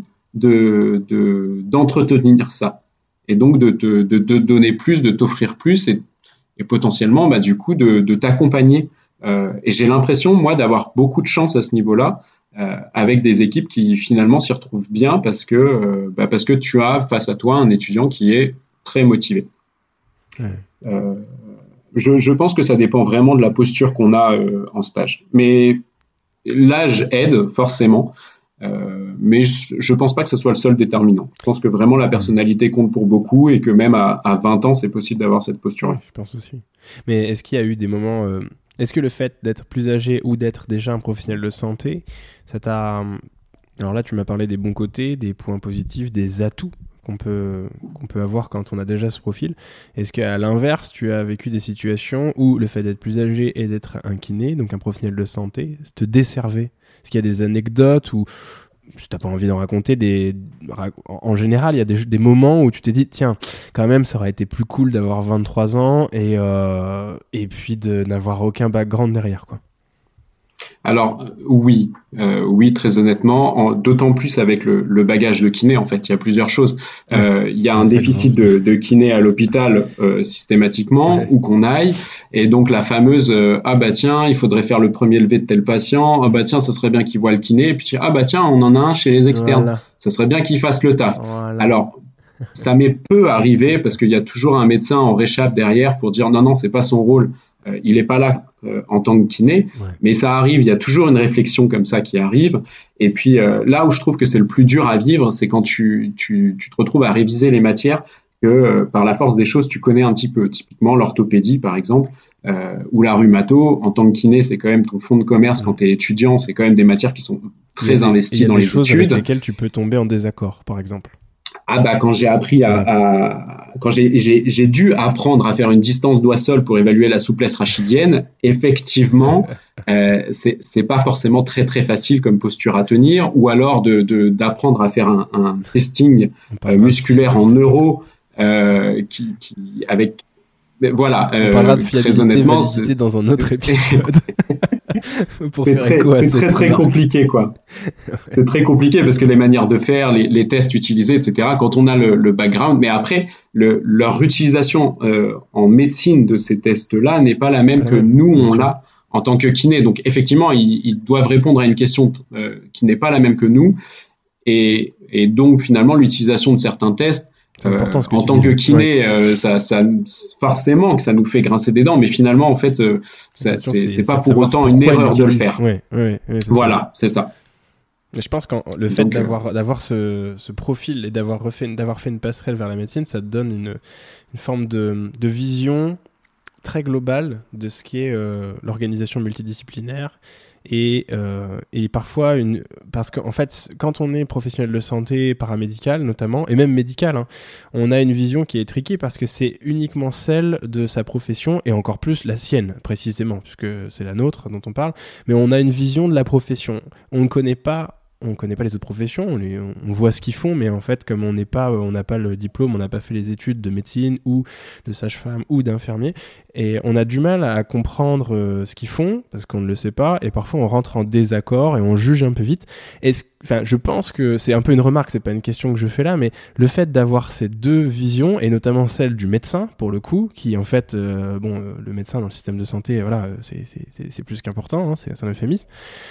de de d'entretenir ça et donc de te de, de donner plus, de t'offrir plus et et potentiellement, bah, du coup, de, de t'accompagner. Euh, et j'ai l'impression, moi, d'avoir beaucoup de chance à ce niveau-là, euh, avec des équipes qui, finalement, s'y retrouvent bien parce que, euh, bah, parce que tu as face à toi un étudiant qui est très motivé. Ouais. Euh, je, je pense que ça dépend vraiment de la posture qu'on a euh, en stage. Mais l'âge aide, forcément. Euh, mais je ne pense pas que ce soit le seul déterminant. Je pense que vraiment la personnalité compte pour beaucoup et que même à, à vingt ans, c'est possible d'avoir cette posture-là. Ouais, je pense aussi. Mais est-ce qu'il y a eu des moments... Euh, est-ce que le fait d'être plus âgé ou d'être déjà un professionnel de santé, ça t'a... Alors là, tu m'as parlé des bons côtés, des points positifs, des atouts qu'on peut, qu'on peut avoir quand on a déjà ce profil. Est-ce qu'à l'inverse, tu as vécu des situations où le fait d'être plus âgé et d'être un kiné, donc un professionnel de santé, te desservait ? Est-ce qu'il y a des anecdotes ou si tu n'as pas envie d'en raconter, des... en général, il y a des, des moments où tu t'es dit, tiens, quand même, ça aurait été plus cool d'avoir vingt-trois ans et, euh, et puis de n'avoir aucun background derrière, quoi. Alors oui, euh, oui, très honnêtement, en, d'autant plus avec le, le bagage de kiné, en fait, il y a plusieurs choses. Euh, ouais, il y a un déficit de, de kiné à l'hôpital euh, systématiquement, ouais. Où qu'on aille, et donc la fameuse euh, ah bah tiens, il faudrait faire le premier levé de tel patient, ah bah tiens, ça serait bien qu'il voit le kiné, et puis ah bah tiens, on en a un chez les externes, voilà. Ça serait bien qu'il fasse le taf. Voilà. Alors ça m'est peu arrivé parce qu'il y a toujours un médecin en réchappe derrière pour dire non non, c'est pas son rôle. Euh, il n'est pas là euh, en tant que kiné, ouais. Mais ça arrive, il y a toujours une réflexion comme ça qui arrive. Et puis euh, là où je trouve que c'est le plus dur à vivre, c'est quand tu, tu, tu te retrouves à réviser les matières que euh, par la force des choses, tu connais un petit peu. Typiquement l'orthopédie, par exemple, euh, ou la rhumato. En tant que kiné, c'est quand même ton fonds de commerce. Ouais. Quand tu es étudiant, c'est quand même des matières qui sont très des, investies dans les études. Il y a des choses avec lesquelles tu peux tomber en désaccord, par exemple. Ah bah quand j'ai appris à, à quand j'ai, j'ai j'ai dû apprendre à faire une distance doigt-sol pour évaluer la souplesse rachidienne, effectivement euh, c'est c'est pas forcément très très facile comme posture à tenir, ou alors de, de d'apprendre à faire un, un testing euh, musculaire en neuro euh, qui, qui avec mais voilà euh, on parlera de fiabilité, très honnêtement c'est dans un autre épisode. Pour c'est faire très, écho à c'est très très remarque. compliqué quoi. Ouais. C'est très compliqué parce que les manières de faire, les, les tests utilisés, et cetera. Quand on a le, le background, mais après le, leur utilisation euh, en médecine de ces tests-là n'est pas la c'est même pas que même. Nous on l'a en tant que kiné. Donc effectivement, ils, ils doivent répondre à une question euh, qui n'est pas la même que nous, et, et donc finalement l'utilisation de certains tests. Euh, en tant que kiné, ouais. euh, ça, ça, forcément que ça nous fait grincer des dents, mais finalement, en fait, euh, ça, c'est, c'est, c'est pas pour autant une erreur de le faire. Ouais, ouais, ouais, c'est voilà, ça. c'est ça. Mais je pense que le fait Donc, d'avoir, euh... d'avoir ce, ce profil et d'avoir, refait, d'avoir fait une passerelle vers la médecine, ça te donne une, une forme de, de vision très globale de ce qui est euh, l'organisation multidisciplinaire. Et, euh, et parfois, une... parce qu'en fait, quand on est professionnel de santé, paramédical notamment, et même médical, hein, on a une vision qui est tricky parce que c'est uniquement celle de sa profession et encore plus la sienne, précisément, puisque c'est la nôtre dont on parle. Mais on a une vision de la profession. On ne connaît pas on connaît pas les autres professions, on, les, on voit ce qu'ils font, mais en fait, comme on n'est pas, on n'a pas le diplôme, on n'a pas fait les études de médecine ou de sage-femme ou d'infirmier, et on a du mal à comprendre euh, ce qu'ils font parce qu'on ne le sait pas, et parfois on rentre en désaccord et on juge un peu vite. Est-ce enfin, je pense que c'est un peu une remarque, c'est pas une question que je fais là, mais le fait d'avoir ces deux visions, et notamment celle du médecin, pour le coup, qui en fait, euh, bon, euh, le médecin dans le système de santé, voilà, c'est, c'est, c'est, c'est plus qu'important, hein, c'est, c'est un euphémisme.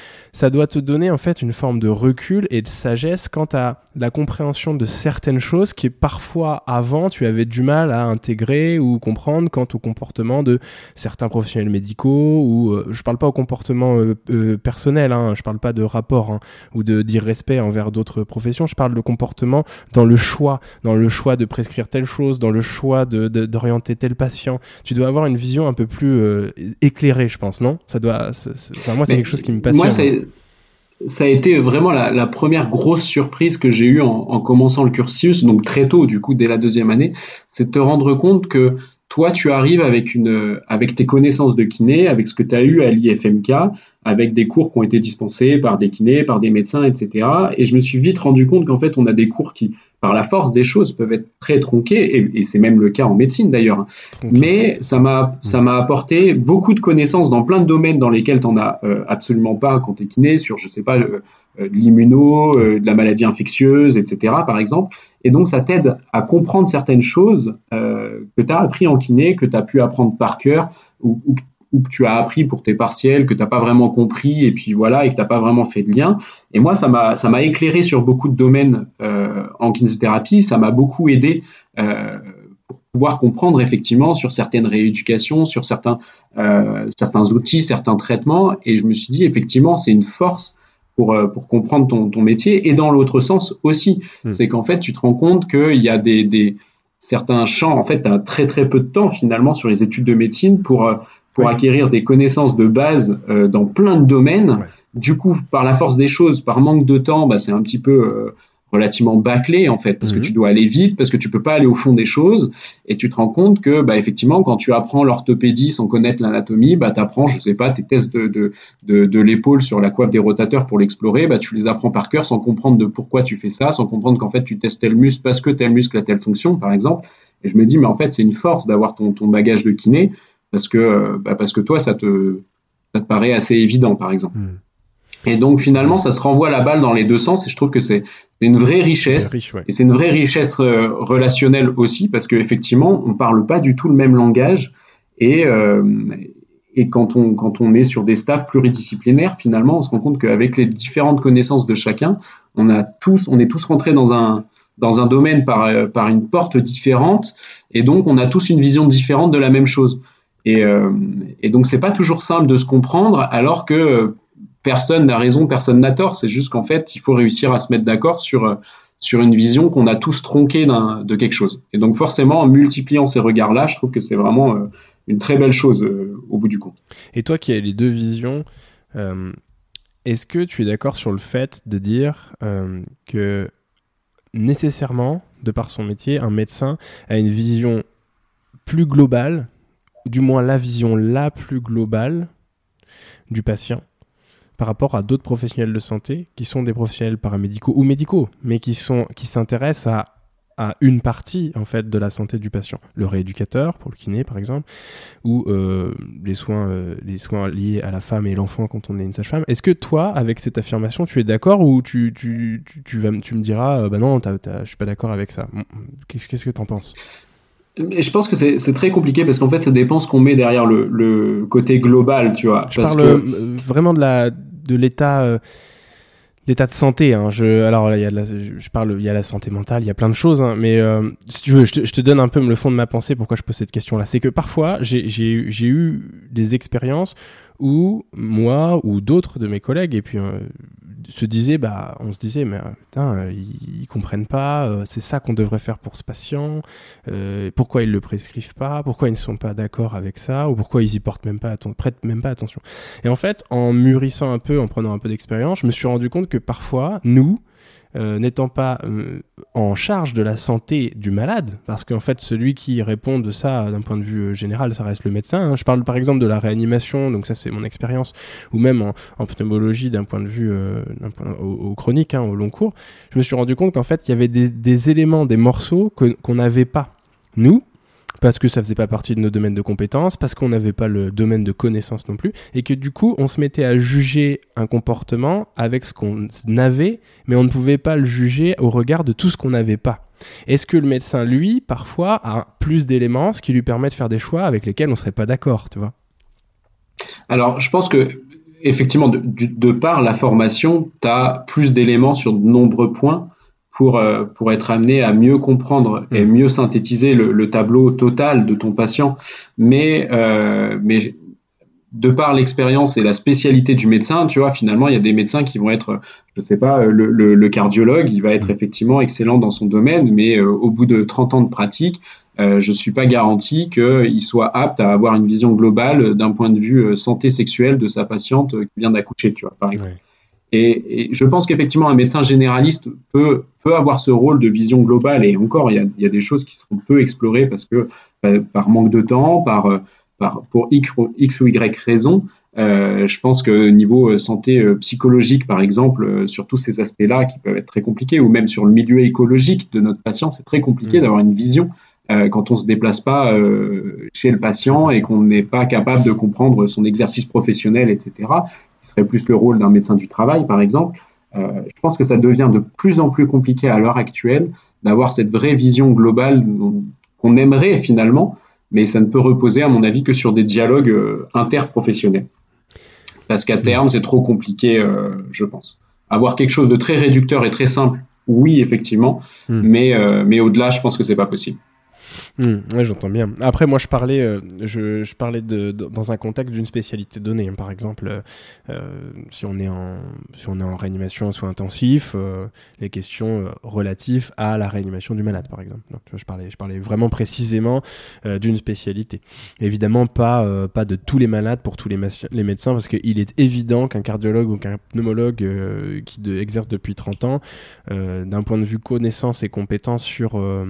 Ça doit te donner en fait une forme de recul et de sagesse quant à la compréhension de certaines choses qui parfois avant tu avais du mal à intégrer ou comprendre quant au comportement de certains professionnels médicaux ou euh, je parle pas au comportement euh, euh, personnel, hein, je parle pas de rapport hein, ou de d'irrespect envers d'autres professions, je parle de comportement dans le choix, dans le choix de prescrire telle chose, dans le choix de, de d'orienter tel patient. Tu dois avoir une vision un peu plus euh, éclairée, je pense, non? Ça doit, c'est, c'est, enfin, moi c'est Mais quelque chose qui me passionne. Moi, c'est Ça a été vraiment la, la première grosse surprise que j'ai eue en, en commençant le cursus, donc très tôt, du coup, dès la deuxième année, c'est de te rendre compte que toi, tu arrives avec une, avec tes connaissances de kiné, avec ce que tu as eu à l'I F M K, avec des cours qui ont été dispensés par des kinés, par des médecins, et cetera. Et je me suis vite rendu compte qu'en fait, on a des cours qui, par la force des choses, peuvent être très tronqués, et, et c'est même le cas en médecine d'ailleurs. Tronqué. Mais ça m'a, ça m'a apporté beaucoup de connaissances dans plein de domaines dans lesquels tu n'en as euh, absolument pas quand tu es kiné, sur, je sais pas, euh, de l'immuno, euh, de la maladie infectieuse, et cetera, par exemple. Et donc, ça t'aide à comprendre certaines choses euh, que tu as appris en kiné, que tu as pu apprendre par cœur, ou, ou, ou que tu as appris pour tes partiels, que tu n'as pas vraiment compris, et puis voilà, et que tu n'as pas vraiment fait de lien. Et moi, ça m'a, ça m'a éclairé sur beaucoup de domaines euh, en kinésithérapie. Ça m'a beaucoup aidé euh, pour pouvoir comprendre effectivement sur certaines rééducations, sur certains, euh, certains outils, certains traitements. Et je me suis dit, effectivement, c'est une force Pour, pour comprendre ton, ton métier, et dans l'autre sens aussi, mmh. c'est qu'en fait tu te rends compte qu'il y a des, des certains champs, en fait tu as très très peu de temps finalement sur les études de médecine pour, pour oui. acquérir des connaissances de base euh, dans plein de domaines. Ouais. Du coup, par la force des choses, par manque de temps, bah, c'est un petit peu euh, relativement bâclé en fait, parce mmh. que tu dois aller vite, parce que tu peux pas aller au fond des choses, et tu te rends compte que bah effectivement quand tu apprends l'orthopédie sans connaître l'anatomie, bah t'apprends, je sais pas, tes tests de de de, de l'épaule sur la coiffe des rotateurs pour l'explorer, bah tu les apprends par cœur sans comprendre de pourquoi tu fais ça, sans comprendre qu'en fait tu testes tel muscle parce que tel muscle a telle fonction par exemple. Et je me dis mais en fait c'est une force d'avoir ton ton bagage de kiné, parce que bah parce que toi ça te ça te paraît assez évident par exemple. Mmh. Et donc finalement, ça se renvoie la balle dans les deux sens, et je trouve que c'est, c'est une vraie richesse, c'est riche, ouais. Et c'est une vraie richesse euh, relationnelle aussi, parce qu'effectivement, on parle pas du tout le même langage, et euh, et quand on quand on est sur des staffs pluridisciplinaires, finalement, on se rend compte qu'avec les différentes connaissances de chacun, on a tous, on est tous rentrés dans un dans un domaine par par une porte différente, et donc on a tous une vision différente de la même chose. Et euh, et donc c'est pas toujours simple de se comprendre, alors que personne n'a raison, personne n'a tort. C'est juste qu'en fait, il faut réussir à se mettre d'accord sur, sur une vision qu'on a tous tronquée d'un, de quelque chose. Et donc forcément, en multipliant ces regards-là, je trouve que c'est vraiment euh, une très belle chose euh, au bout du compte. Et toi qui as les deux visions, euh, est-ce que tu es d'accord sur le fait de dire euh, que nécessairement, de par son métier, un médecin a une vision plus globale, du moins la vision la plus globale du patient, par rapport à d'autres professionnels de santé qui sont des professionnels paramédicaux ou médicaux, mais qui sont qui s'intéressent à à une partie en fait de la santé du patient, le rééducateur pour le kiné par exemple, ou euh, les soins euh, les soins liés à la femme et l'enfant quand on est une sage-femme. Est-ce que toi, avec cette affirmation, tu es d'accord, ou tu tu tu, tu vas tu me diras euh, bah non, t'as, t'as, je suis pas d'accord avec ça. Qu'est-ce qu'est-ce que t'en penses? Je pense que c'est, c'est très compliqué, parce qu'en fait, ça dépend ce qu'on met derrière le, le côté global, tu vois. Je parce parle que... vraiment de la de l'état euh, l'état de santé, hein. Je alors il y a la, je parle il y a la santé mentale, il y a plein de choses, hein, mais euh, si tu veux je te, je te donne un peu le fond de ma pensée pourquoi je pose cette question là. C'est que parfois j'ai j'ai j'ai eu des expériences où moi ou d'autres de mes collègues et puis euh, se disaient bah on se disait mais putain euh, ils, ils comprennent pas, euh, c'est ça qu'on devrait faire pour ce patient, euh, pourquoi ils le prescrivent pas, pourquoi ils ne sont pas d'accord avec ça, ou pourquoi ils y portent même pas atten- prêtent même pas attention. Et en fait, en mûrissant un peu, en prenant un peu d'expérience, je me suis rendu compte que parfois nous Euh, n'étant pas euh, en charge de la santé du malade, parce qu'en fait celui qui répond de ça d'un point de vue euh, général, ça reste le médecin, hein. Je parle par exemple de la réanimation, donc ça c'est mon expérience, ou même en, en pneumologie d'un point de vue euh, d'un point, au, au chronique, hein, au long cours. Je me suis rendu compte qu'en fait il y avait des, des éléments, des morceaux que, qu'on n'avait pas nous, parce que ça faisait pas partie de nos domaines de compétences, parce qu'on n'avait pas le domaine de connaissances non plus, et que du coup, on se mettait à juger un comportement avec ce qu'on avait, mais on ne pouvait pas le juger au regard de tout ce qu'on n'avait pas. Est-ce que le médecin, lui, parfois, a plus d'éléments, ce qui lui permet de faire des choix avec lesquels on ne serait pas d'accord, tu vois ? Alors, je pense que, effectivement, de, de par la formation, tu as plus d'éléments sur de nombreux points pour, euh, pour être amené à mieux comprendre et mieux synthétiser le, le tableau total de ton patient. Mais, euh, mais de par l'expérience et la spécialité du médecin, tu vois, finalement, il y a des médecins qui vont être, je sais pas, le, le, le cardiologue, il va être effectivement excellent dans son domaine, mais euh, au bout de trente ans de pratique, euh, je suis pas garanti qu'il soit apte à avoir une vision globale d'un point de vue euh, santé sexuelle de sa patiente qui vient d'accoucher, tu vois, par exemple. Ouais. Et, et je pense qu'effectivement, un médecin généraliste peut, peut avoir ce rôle de vision globale. Et encore, il y a, il y a des choses qui seront peu explorées parce que euh, par manque de temps, par, par, pour X, X ou Y raison, euh, je pense que niveau santé euh, psychologique, par exemple, euh, sur tous ces aspects-là qui peuvent être très compliqués, ou même sur le milieu écologique de notre patient, c'est très compliqué mmh. d'avoir une vision euh, quand on se déplace pas euh, chez le patient et qu'on n'est pas capable de comprendre son exercice professionnel, et cetera, qui serait plus le rôle d'un médecin du travail, par exemple. Euh, je pense que ça devient de plus en plus compliqué à l'heure actuelle d'avoir cette vraie vision globale qu'on aimerait finalement, mais ça ne peut reposer, à mon avis, que sur des dialogues euh, interprofessionnels. Parce qu'à terme, c'est trop compliqué, euh, je pense. Avoir quelque chose de très réducteur et très simple, oui, effectivement, mmh. mais, euh, mais au-delà, je pense que c'est pas possible. Mmh, ouais, j'entends bien. Après, moi, je parlais, euh, je, je parlais de, de, dans un contexte d'une spécialité donnée. Hein. Par exemple, euh, si on est en, si on est en réanimation en soins intensifs, euh, les questions euh, relatives à la réanimation du malade, par exemple. Donc, je parlais, je parlais vraiment précisément euh, d'une spécialité. Évidemment, pas, euh, pas de tous les malades pour tous les, ma- les médecins, parce qu'il est évident qu'un cardiologue ou qu'un pneumologue euh, qui de, exerce depuis trente ans, euh, d'un point de vue connaissance et compétence sur euh,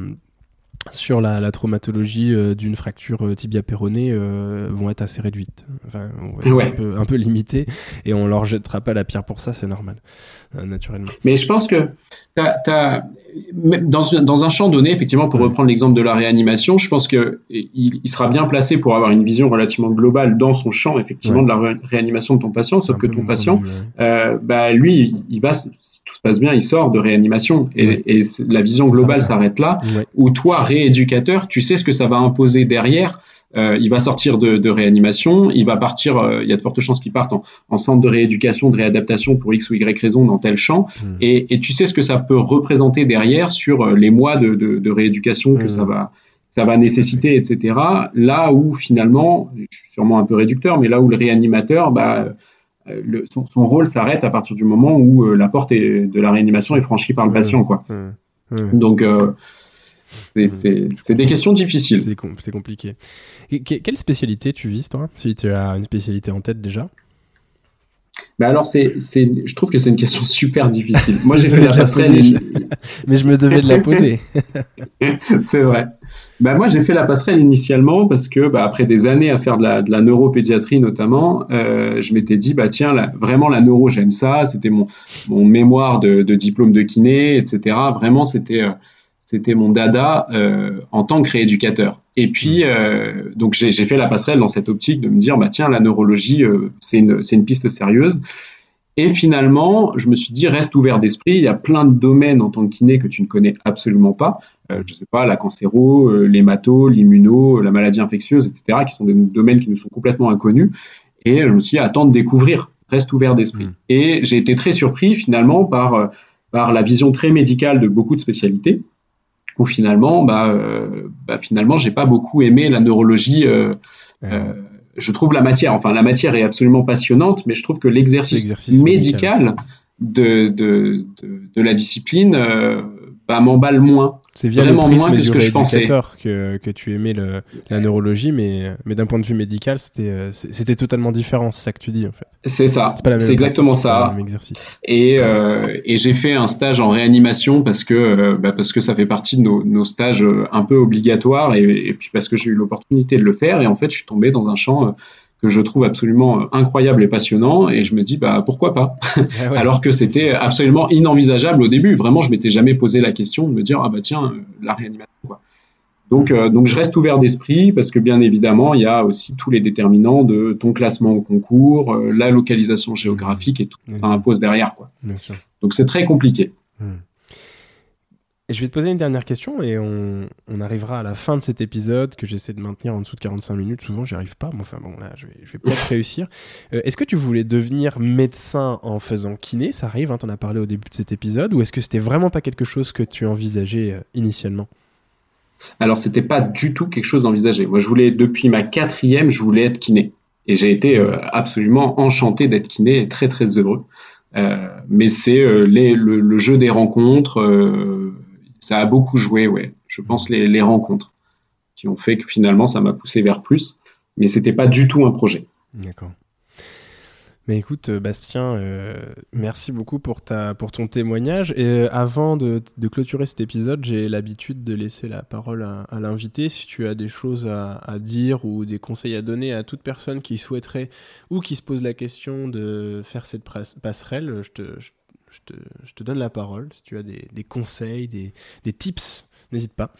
sur la, la traumatologie euh, d'une fracture euh, tibia-péronée euh, vont être assez réduites. Enfin, on va être ouais. un peu, un peu limitées et on leur jettera pas la pierre pour ça, c'est normal, euh, naturellement. Mais je pense que t'as, t'as, dans, dans un champ donné, effectivement, pour ouais. reprendre l'exemple de la réanimation, je pense qu'il il sera bien placé pour avoir une vision relativement globale dans son champ, effectivement, ouais. de la ré- réanimation de ton patient, sauf que ton patient, vue, ouais. euh, bah, lui, il va... tout se passe bien, il sort de réanimation et, oui. et la vision globale s'arrête là, oui. où toi, rééducateur, tu sais ce que ça va imposer derrière. Euh, il va sortir de, de réanimation, il va partir, euh, il y a de fortes chances qu'il parte en, en centre de rééducation, de réadaptation pour X ou Y raison dans tel champ, mmh. et, et tu sais ce que ça peut représenter derrière sur euh, les mois de, de, de rééducation que mmh. ça va, ça va nécessiter, et cetera. Là où finalement, je suis sûrement un peu réducteur, mais là où le réanimateur, bah, Le, son, son rôle s'arrête à partir du moment où euh, la porte est, de la réanimation est franchie par le patient, quoi. Mmh, mmh. Donc, euh, c'est, c'est, c'est des questions difficiles. C'est, com- c'est compliqué. Et, que, quelle spécialité tu vises, toi, si tu as une spécialité en tête déjà? Bah alors, c'est, c'est, je trouve que c'est une question super difficile. Moi, j'ai fait la passerelle. Poser, et... Mais je me devais de la poser. C'est vrai. Bah moi, j'ai fait la passerelle initialement parce que, bah, après des années à faire de la, de la neuropédiatrie notamment, euh, je m'étais dit, bah tiens, là, vraiment la neuro, j'aime ça. C'était mon, mon mémoire de, de diplôme de kiné, et cetera. Vraiment, c'était, euh, c'était mon dada euh, en tant que rééducateur. Et puis, euh, donc j'ai, j'ai fait la passerelle dans cette optique de me dire, bah tiens, la neurologie, euh, c'est une, c'est une piste sérieuse. Et finalement, je me suis dit, reste ouvert d'esprit. Il y a plein de domaines en tant que kiné que tu ne connais absolument pas. Euh, je sais pas, la cancéro, euh, l'hémato, l'immuno, la maladie infectieuse, et cetera, qui sont des domaines qui nous sont complètement inconnus. Et je me suis dit, attends de découvrir. Reste ouvert d'esprit. Mmh. Et j'ai été très surpris finalement par, par la vision très médicale de beaucoup de spécialités. Où finalement, bah, euh, bah, finalement, j'ai pas beaucoup aimé la neurologie. Euh, mmh. euh, je trouve la matière, enfin la matière est absolument passionnante, mais je trouve que l'exercice, l'exercice médical, médical de, de, de, de la discipline euh, bah, m'emballe moins. C'est via vraiment le moins que ce que je pensais. Que, que tu aimais le, la neurologie, mais, mais d'un point de vue médical, c'était, c'était totalement différent, c'est ça que tu dis en fait. C'est ça, c'est, pas la même c'est exactement pratique, ça. C'est exercice. Et, euh, et j'ai fait un stage en réanimation parce que, euh, bah parce que ça fait partie de nos, nos stages un peu obligatoires et, et puis parce que j'ai eu l'opportunité de le faire et en fait je suis tombé dans un champ euh, que je trouve absolument incroyable et passionnant et je me dis bah pourquoi pas ah ouais. Alors que c'était absolument inenvisageable au début, vraiment je m'étais jamais posé la question de me dire ah bah tiens la réanimation quoi. Donc, euh, donc je reste ouvert d'esprit parce que bien évidemment, il y a aussi tous les déterminants de ton classement au concours, euh, la localisation géographique et tout ça impose derrière, quoi. Bien sûr. Donc c'est très compliqué. Mmh. Et je vais te poser une dernière question et on, on arrivera à la fin de cet épisode que j'essaie de maintenir en dessous de quarante-cinq minutes. Souvent, j'y arrive pas. Mais enfin bon, là, je vais, je vais peut-être réussir. Euh, est-ce que tu voulais devenir médecin en faisant kiné ? Ça arrive, hein, tu en as parlé au début de cet épisode. Ou est-ce que c'était vraiment pas quelque chose que tu envisageais euh, initialement ? Alors, c'était pas du tout quelque chose d'envisagé. Moi, je voulais, depuis ma quatrième, je voulais être kiné. Et j'ai été euh, absolument enchanté d'être kiné et très, très heureux. Euh, mais c'est euh, les, le, le jeu des rencontres... Euh, ça a beaucoup joué, ouais. Je pense les, les rencontres qui ont fait que finalement ça m'a poussé vers plus, mais c'était pas du tout un projet. D'accord. Mais écoute, Bastien, euh, merci beaucoup pour ta pour ton témoignage. Et euh, avant de, de clôturer cet épisode, j'ai l'habitude de laisser la parole à, à l'invité. Si tu as des choses à, à dire ou des conseils à donner à toute personne qui souhaiterait ou qui se pose la question de faire cette passerelle, je te je Je te, je te donne la parole. Si tu as des, des conseils, des, des tips, n'hésite pas.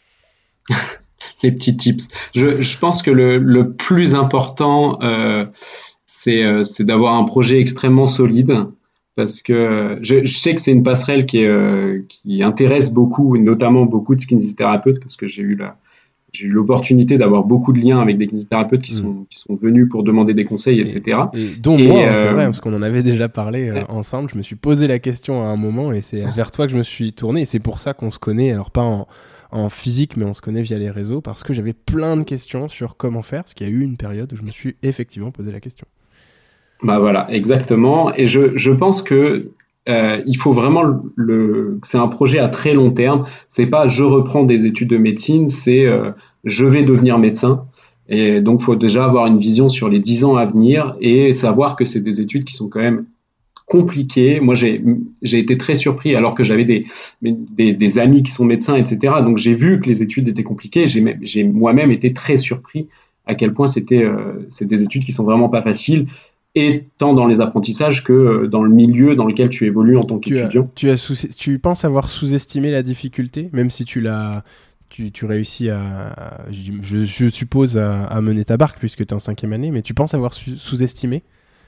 Les petits tips. Je, je pense que le, le plus important, euh, c'est, euh, c'est d'avoir un projet extrêmement solide. Parce que je, je sais que c'est une passerelle qui, est, euh, qui intéresse beaucoup, notamment beaucoup de kinésithérapeutes, parce que j'ai eu la, j'ai eu l'opportunité d'avoir beaucoup de liens avec des kinésithérapeutes qui, mmh. sont, qui sont venus pour demander des conseils, et cetera. Et, et dont et moi, euh, c'est vrai, parce qu'on en avait déjà parlé euh, ensemble. Je me suis posé la question à un moment et c'est vers toi que je me suis tourné. Et c'est pour ça qu'on se connaît, alors pas en, en physique, mais on se connaît via les réseaux, parce que j'avais plein de questions sur comment faire, parce qu'il y a eu une période où je me suis effectivement posé la question. Bah voilà, exactement. Et je, je pense que Euh, il faut vraiment le, le c'est un projet à très long terme. C'est pas je reprends des études de médecine, c'est euh, je vais devenir médecin. Et donc, il faut déjà avoir une vision sur les dix ans à venir et savoir que c'est des études qui sont quand même compliquées. Moi, j'ai, j'ai été très surpris alors que j'avais des, des, des amis qui sont médecins, et cetera. Donc, j'ai vu que les études étaient compliquées. J'ai, j'ai moi-même été très surpris à quel point c'était, euh, c'est des études qui sont vraiment pas faciles. Et tant dans les apprentissages que dans le milieu dans lequel tu évolues en tant qu'étudiant. Tu, as, tu, as sous, tu penses avoir sous-estimé la difficulté, même si tu l'as, tu, tu réussis à, à je, je suppose, à, à mener ta barque puisque tu es en cinquième année, mais tu penses avoir su, sous-estimé ?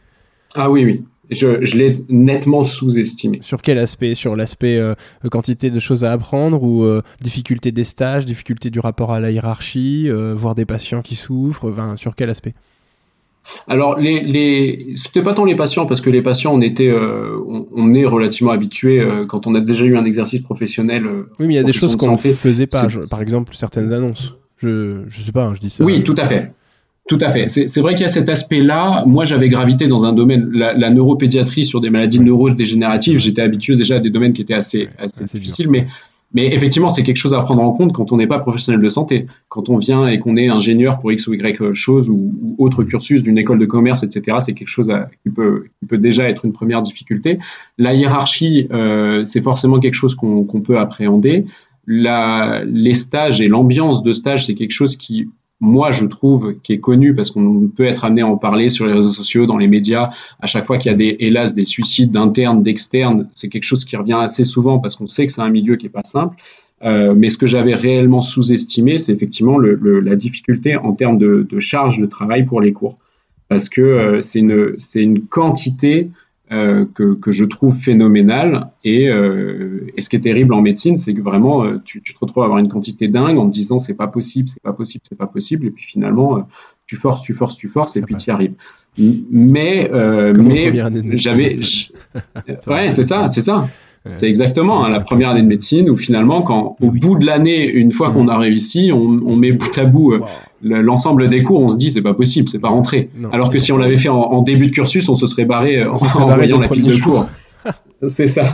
Ah oui, oui. Je, je l'ai nettement sous-estimé. Sur quel aspect ? Sur l'aspect euh, quantité de choses à apprendre ou euh, difficulté des stages, difficulté du rapport à la hiérarchie, euh, voir des patients qui souffrent, enfin, sur quel aspect ? Alors, les, les, c'était pas tant les patients, parce que les patients, on était, euh, on, on est relativement habitué euh, quand on a déjà eu un exercice professionnel. Euh, oui, mais il y a des choses qu'on ne faisait pas. Je, par exemple, certaines annonces. Je, je sais pas, hein, je dis ça. Oui, tout à fait. Tout à fait. C'est, c'est vrai qu'il y a cet aspect-là. Moi, j'avais gravité dans un domaine, la, la neuropédiatrie sur des maladies ouais. neurodégénératives. J'étais habitué déjà à des domaines qui étaient assez, ouais, assez, assez difficiles, dur. mais Mais effectivement, c'est quelque chose à prendre en compte quand on n'est pas professionnel de santé. Quand on vient et qu'on est ingénieur pour X ou Y chose ou, ou autre cursus d'une école de commerce, et cetera, c'est quelque chose à, qui, peut, qui peut déjà être une première difficulté. La hiérarchie, euh, c'est forcément quelque chose qu'on, qu'on peut appréhender. La, les stages et l'ambiance de stage, c'est quelque chose qui, moi, je trouve, qui est connu parce qu'on peut être amené à en parler sur les réseaux sociaux, dans les médias. À chaque fois qu'il y a des, hélas, des suicides d'internes, d'externes, c'est quelque chose qui revient assez souvent parce qu'on sait que c'est un milieu qui est pas simple. Euh, mais ce que j'avais réellement sous-estimé, c'est effectivement le, le, la difficulté en termes de, de charge de travail pour les cours. Parce que euh, c'est une, c'est une quantité euh, que, que je trouve phénoménale. Et, euh, et ce qui est terrible en médecine, c'est que vraiment, euh, tu, tu te retrouves à avoir une quantité dingue en te disant c'est pas possible, c'est pas possible, c'est pas possible. Et puis finalement, euh, tu forces, tu forces, tu forces, ça et puis tu y arrives. Mais, euh, mais j'avais. Ouais, c'est ça, c'est ça. Ouais. C'est exactement hein, la première année de médecine où finalement, quand au oui. bout de l'année, une fois mmh. qu'on a réussi, on, on met bout à bout wow. euh, l'ensemble des cours, on se dit c'est pas possible, c'est pas rentré. Non, Alors que si on l'avait fait en, en début de cursus, on se serait barré on en, en voyant la pile de cours. C'est ça.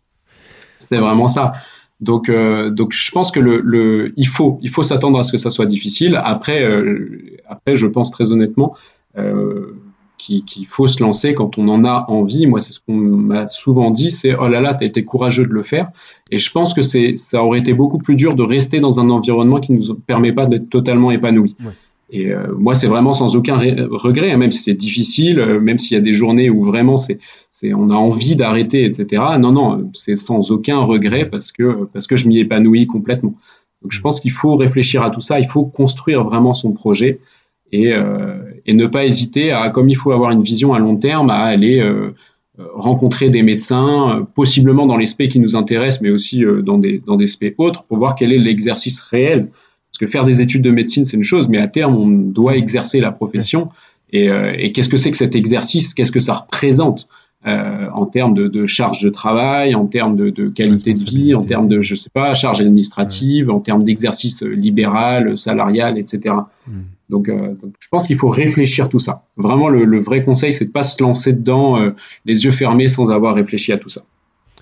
C'est vraiment ça. Donc, euh, donc je pense que le, le, il faut, il faut s'attendre à ce que ça soit difficile. Après, euh, après, je pense très honnêtement. Euh, Qu'il, qu'il faut se lancer quand on en a envie. Moi, c'est ce qu'on m'a souvent dit, c'est « Oh là là, t'as été courageux de le faire ». Et je pense que c'est, ça aurait été beaucoup plus dur de rester dans un environnement qui ne nous permet pas d'être totalement épanoui. Ouais. Et euh, moi, c'est vraiment sans aucun ré- regret, hein, même si c'est difficile, euh, même s'il y a des journées où vraiment c'est, c'est, on a envie d'arrêter, et cetera. Non, non, c'est sans aucun regret parce que, parce que je m'y épanouis complètement. Donc je pense qu'il faut réfléchir à tout ça, il faut construire vraiment son projet et, euh, et ne pas hésiter à, comme il faut avoir une vision à long terme, à aller euh, rencontrer des médecins, possiblement dans les spé qui nous intéressent, mais aussi euh, dans des, dans des spé autres, pour voir quel est l'exercice réel. Parce que faire des études de médecine, c'est une chose, mais à terme, on doit exercer la profession. Et, euh, et qu'est-ce que c'est que cet exercice? Qu'est-ce que ça représente euh, en termes de, de charge de travail, en termes de, de qualité de vie, en termes de, je sais pas, charge administrative, ouais. en termes d'exercice libéral, salarial, et cetera. Mm. Donc, euh, donc, je pense qu'il faut réfléchir tout ça. Vraiment, le, le vrai conseil, c'est de pas se lancer dedans euh, les yeux fermés sans avoir réfléchi à tout ça.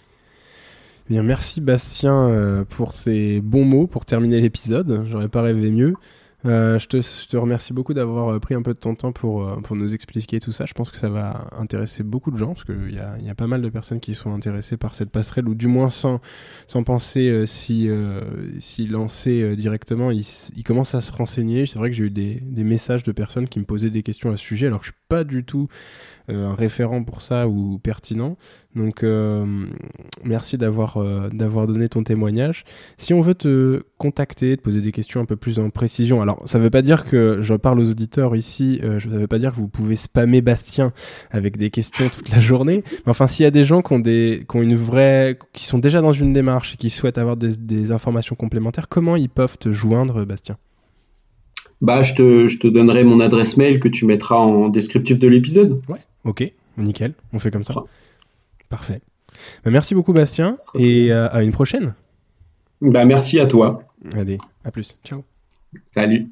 Bien, merci Bastien euh, pour ces bons mots pour terminer l'épisode. J'aurais pas rêvé mieux. Euh, je, te, je te remercie beaucoup d'avoir pris un peu de ton temps pour, pour nous expliquer tout ça. Je pense que ça va intéresser beaucoup de gens parce qu'il y a, y a pas mal de personnes qui sont intéressées par cette passerelle ou du moins sans, sans penser euh, si, euh, si lancer euh, directement, ils, ils commencent à se renseigner. C'est vrai que j'ai eu des, des messages de personnes qui me posaient des questions à ce sujet alors que je suis pas du tout euh, un référent pour ça ou pertinent. Donc euh, merci d'avoir, euh, d'avoir donné ton témoignage. Si on veut te contacter, te poser des questions un peu plus en précision, alors ça veut pas dire que, je parle aux auditeurs ici, euh, ça veut pas dire que vous pouvez spammer Bastien avec des questions toute la journée, mais enfin s'il y a des gens qui ont, des, qui ont une vraie, qui sont déjà dans une démarche et qui souhaitent avoir des, des informations complémentaires, comment ils peuvent te joindre, Bastien ? Bah, je te, je te donnerai mon adresse mail que tu mettras en descriptif de l'épisode. Ouais, ok, nickel, on fait comme ça. Parfait. Bah, merci beaucoup Bastien et euh, à une prochaine. Bah, merci à toi. Allez, à plus. Ciao. Salut.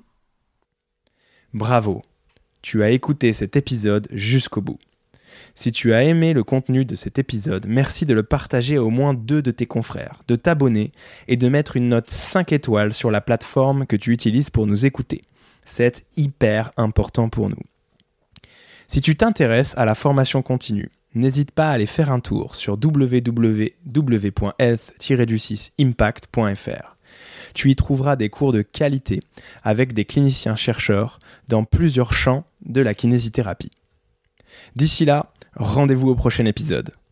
Bravo. Tu as écouté cet épisode jusqu'au bout. Si tu as aimé le contenu de cet épisode, merci de le partager à au moins deux de tes confrères, de t'abonner et de mettre une note cinq étoiles sur la plateforme que tu utilises pour nous écouter. C'est hyper important pour nous. Si tu t'intéresses à la formation continue, n'hésite pas à aller faire un tour sur w w w point health tiret du six impact point f r. Tu y trouveras des cours de qualité avec des cliniciens-chercheurs dans plusieurs champs de la kinésithérapie. D'ici là, rendez-vous au prochain épisode.